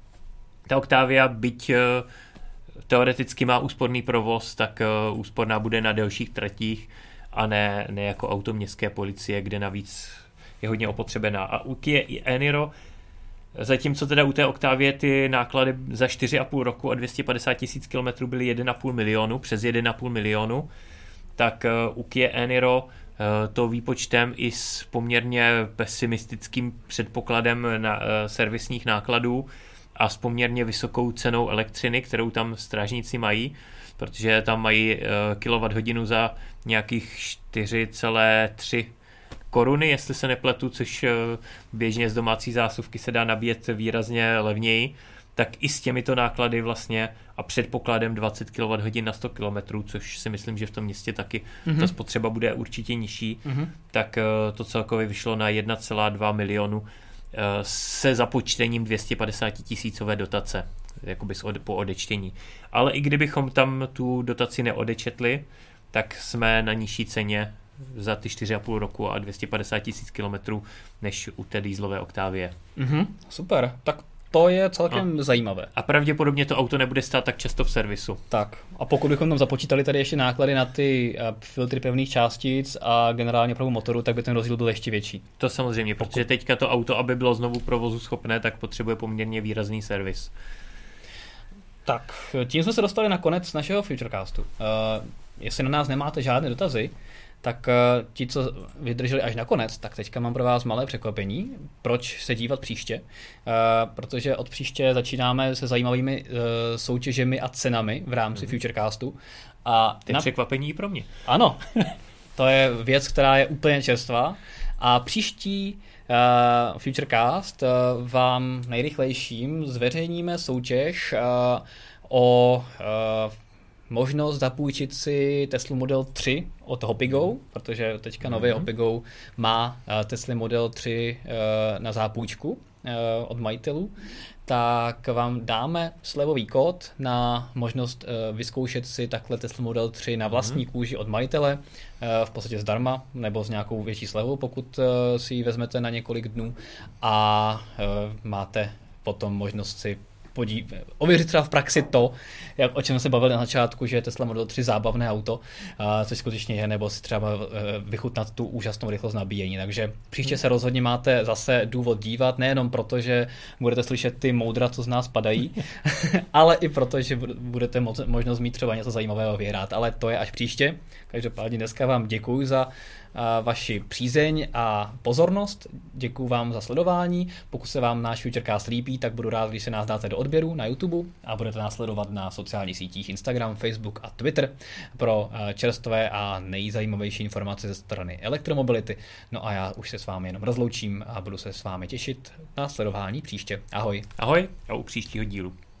ta Octavia, byť teoreticky má úsporný provoz, tak úsporná bude na delších tratích a ne, ne jako auto městské policie, kde navíc je hodně opotřebená. A u Kia e-Niro, zatímco teda u té Octavie ty náklady za čtyři a půl roku a dvě stě padesát tisíc kilometrů byly jeden a půl milionu, přes jeden a půl milionu, tak u Kia e-Niro to výpočtem i s poměrně pesimistickým předpokladem na servisních nákladů a s poměrně vysokou cenou elektřiny, kterou tam strážníci mají, protože tam mají kilowatthodinu za nějakých čtyři celé tři koruny, jestli se nepletu, což běžně z domácí zásuvky se dá nabíjet výrazně levněji, tak i s těmito náklady vlastně a předpokladem dvacet kilowatthodin na sto kilometrů, což si myslím, že v tom městě taky mm-hmm. ta spotřeba bude určitě nižší, mm-hmm. tak to celkově vyšlo na jedna celá dva milionu se započtením dvě stě padesát tisícové dotace, jakoby po odečtení. Ale i kdybychom tam tu dotaci neodečetli, tak jsme na nižší ceně za ty čtyři a půl roku a dvě stě padesát tisíc kilometrů než u té dieselové Octavie. Mm-hmm, super, tak to je celkem a, zajímavé. A pravděpodobně to auto nebude stát tak často v servisu. Tak a pokud bychom tam započítali tady ještě náklady na ty filtry pevných částic a generálně opravu motoru, tak by ten rozdíl byl ještě větší. To samozřejmě, pokud... protože teďka to auto, aby bylo znovu provozu schopné, tak potřebuje poměrně výrazný servis. Tak, tím jsme se dostali na konec našeho Futurecastu. Uh, jestli na nás nemáte žádné dotazy, tak uh, ti, co vydrželi až na konec, tak teďka mám pro vás malé překvapení. Proč se dívat příště? Uh, protože od příště začínáme se zajímavými uh, soutěžemi a cenami v rámci mm-hmm. Futurecastu. A to je na... překvapení i pro mě. Ano, to je věc, která je úplně čerstvá. A příští uh, Futurecast uh, vám nejrychlejším zveřejníme soutěž uh, o uh, možnost zapůjčit si Tesla Model tři od Hopigo, protože teďka mm-hmm. nový Hopigo má uh, Tesla Model tři uh, na zápůjčku uh, od majitelů, tak vám dáme slevový kód na možnost uh, vyzkoušet si takhle Tesla Model tři na vlastní mm-hmm. kůži od majitele, uh, v podstatě zdarma, nebo s nějakou větší slevou, pokud uh, si ji vezmete na několik dnů a uh, máte potom možnost si podí, ověřit třeba v praxi to, jak, o čem se bavili na začátku, že je Tesla Model tři zábavné auto, a což skutečně je, nebo si třeba vychutnat tu úžasnou rychlost nabíjení. Takže příště se rozhodně máte zase důvod dívat, nejenom proto, že budete slyšet ty moudra, co z nás padají, ale i proto, že budete mo- možnost mít třeba něco zajímavého vyhrát. Ale to je až příště. Každopádně dneska vám děkuji za vaši přízeň a pozornost. Děkuji vám za sledování. Pokud se vám náš Futurecast líbí, tak budu rád, když se nás dáte do odběru na YouTube a budete nás sledovat na sociálních sítích Instagram, Facebook a Twitter pro čerstvé a nejzajímavější informace ze strany elektromobility. No a já už se s vámi jenom rozloučím a budu se s vámi těšit na sledování příště. Ahoj. Ahoj a u příštího dílu.